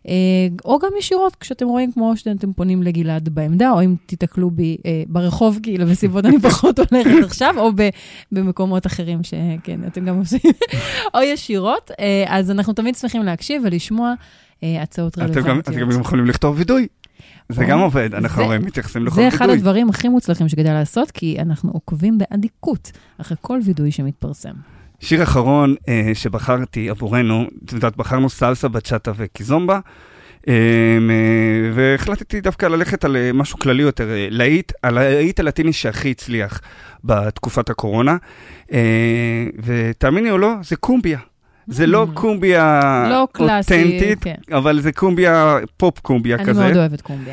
או גם ישירות, כשאתם רואים כמו שאתם פונים לגלעד בעמדה, או אם תתקלו בי ברחוב, כי למסיבות אני פחות הולכת עכשיו, או במקומות אחרים שכן, אתם גם עושים, או ישירות, אז אנחנו תמיד שמחים להקשיב ולשמוע הצעות רלוונטיות. אתם גם יכולים לכתוב וידוי. זה גם עובד, אנחנו מתייחסים לכל וידוי. זה אחד הדברים הכי מוצלחים שכדאי לעשות, כי אנחנו עוקבים באדיקות אחרי כל וידוי שמתפרסם. שיר אחרון אה, שבחרתי עבורנו, את יודעת, בחרנו סלסה, בצ'אטה וקיזומבה, אה, אה, והחלטתי דווקא ללכת על משהו כללי יותר, אה, להיט, על ההיט הלטיני שהכי הצליח בתקופת הקורונה, אה, ותאמיני או לא, זה קומביה. זה לא קומביה לא אותנטית, כן. אבל זה קומביה, פופ קומביה אני כזה. מאוד אוהבת קומביה.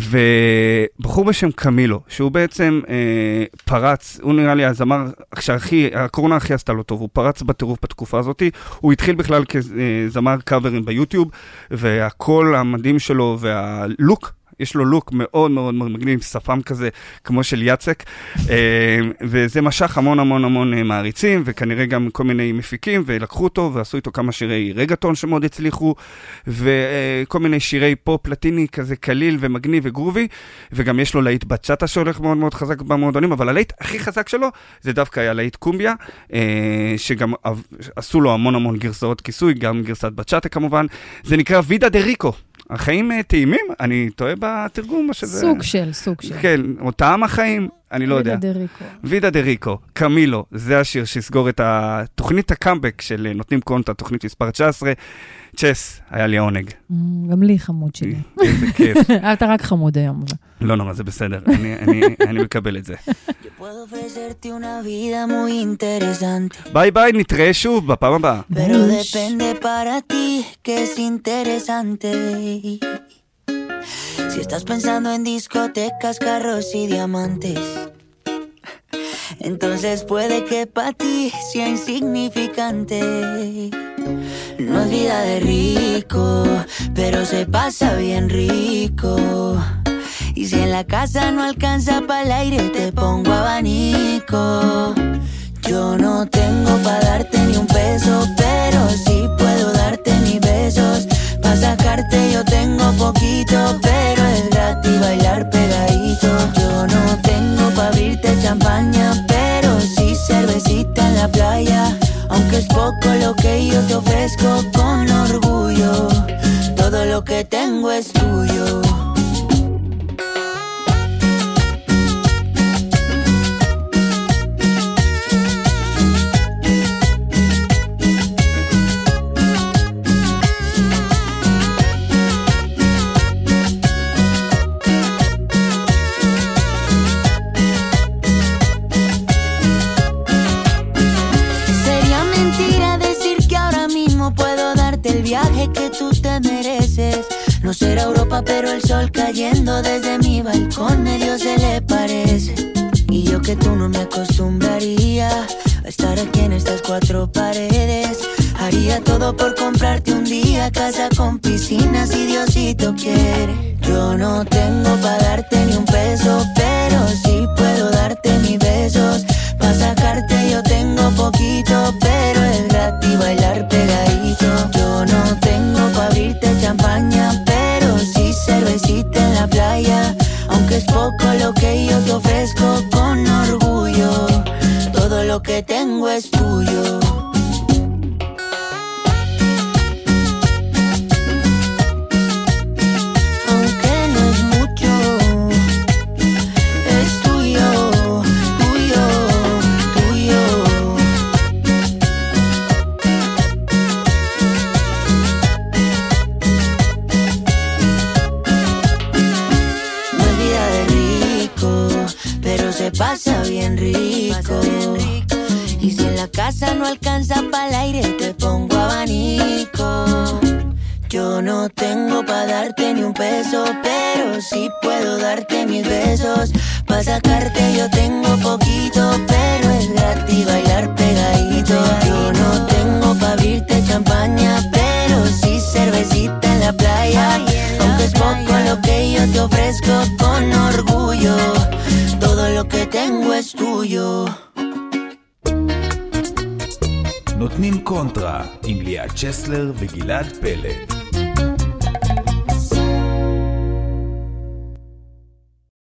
ובחור בשם קמילו, שהוא בעצם אה, פרץ, הוא נראה לי הזמר שהכי, הקורונה הכי עשתה לו טוב, הוא פרץ בטירוף בתקופה הזאת, הוא התחיל בכלל כזמר קאברים ביוטיוב, והקול המדהים שלו והלוק, יש לו לוק מאוד מאוד מגניב, שפם כזה, כמו של יצק, וזה משך המון המון המון מעריצים, וכנראה גם כל מיני מפיקים, ולקחו אותו, ועשו איתו כמה שירי רגטון שמאוד הצליחו, וכל מיני שירי פופ לטיני, כזה קליל ומגניב וגרובי, וגם יש לו להיט בצ'אטה שהולך מאוד מאוד חזק במועדונים, אבל הלהיט הכי חזק שלו, זה דווקא היה להיט קומביה, שגם עשו לו המון המון גרסאות כיסוי, גם גרסת בצ'אטה כמובן, זה נקרא וידה דה ריקו. החיים טעימים, אני טועה בתרגום, שזה... סוג של, סוג של. כן, או טעם החיים, אני לא יודע. וידה דריקו. וידה דריקו, קמילו, זה השיר שיסגור את התוכנית הקאמבק של נותנים קונטרה, תוכנית מספר תשע עשרה. צ'ס, היה לי העונג. גם לי חמוד שלי. איזה כיף. אתה רק חמוד היום. לא נורא, זה בסדר. אני מקבל את זה. ביי ביי, נתראה שוב בפעם הבאה. Pero depende para ti que es interesante. Si estás pensando en discotecas, carros y diamantes, entonces puede que para ti sea insignificante. No es vida de rico, pero se pasa bien rico. Y si en la casa no alcanza para el aire, te pongo abanico. Yo no tengo pa' darte ni un peso, pero sí puedo darte mis besos. Pa' sacarte yo tengo poquito, pero es gratis bailar pegadito. Yo no tengo pa' abrirte champaña, pero sí cervecita en la playa. Aunque es poco lo que yo te ofrezco con orgullo, todo lo que tengo es tuyo. No será Europa, pero el sol cayendo desde mi balcón medio se le parece. Y yo que tú no me acostumbraría a estar aquí en estas cuatro paredes. Haría todo por comprarte un día casa con piscina si Diosito quiere. Yo no tengo pa' darte ni un peso, pero sí puedo darte mis besos. Pa' sacarte yo tengo poquito, pero es gratis bailar pegadito. Yo no tengo pa' abrirte champaña, pero sí cervecita en la playa. Aunque es poco lo que yo te ofrezco con orgullo, todo lo que tengo es tuyo. Pasa bien rico. Y si en la casa no alcanza para el aire, te pongo abanico. Yo no tengo pa' darte ni un peso, pero sí puedo darte mis besos. Pa' sacarte yo tengo poquito, pero es gratis bailar pegadito. Yo no tengo pa' abrirte champaña, pero sí cervecita en la playa. Aunque es poco lo que yo te ofrezco con orgullo, todo lo que tengo es tuyo. נותנים קונטרה עם ליאת צ'סלר וגלעד פלד.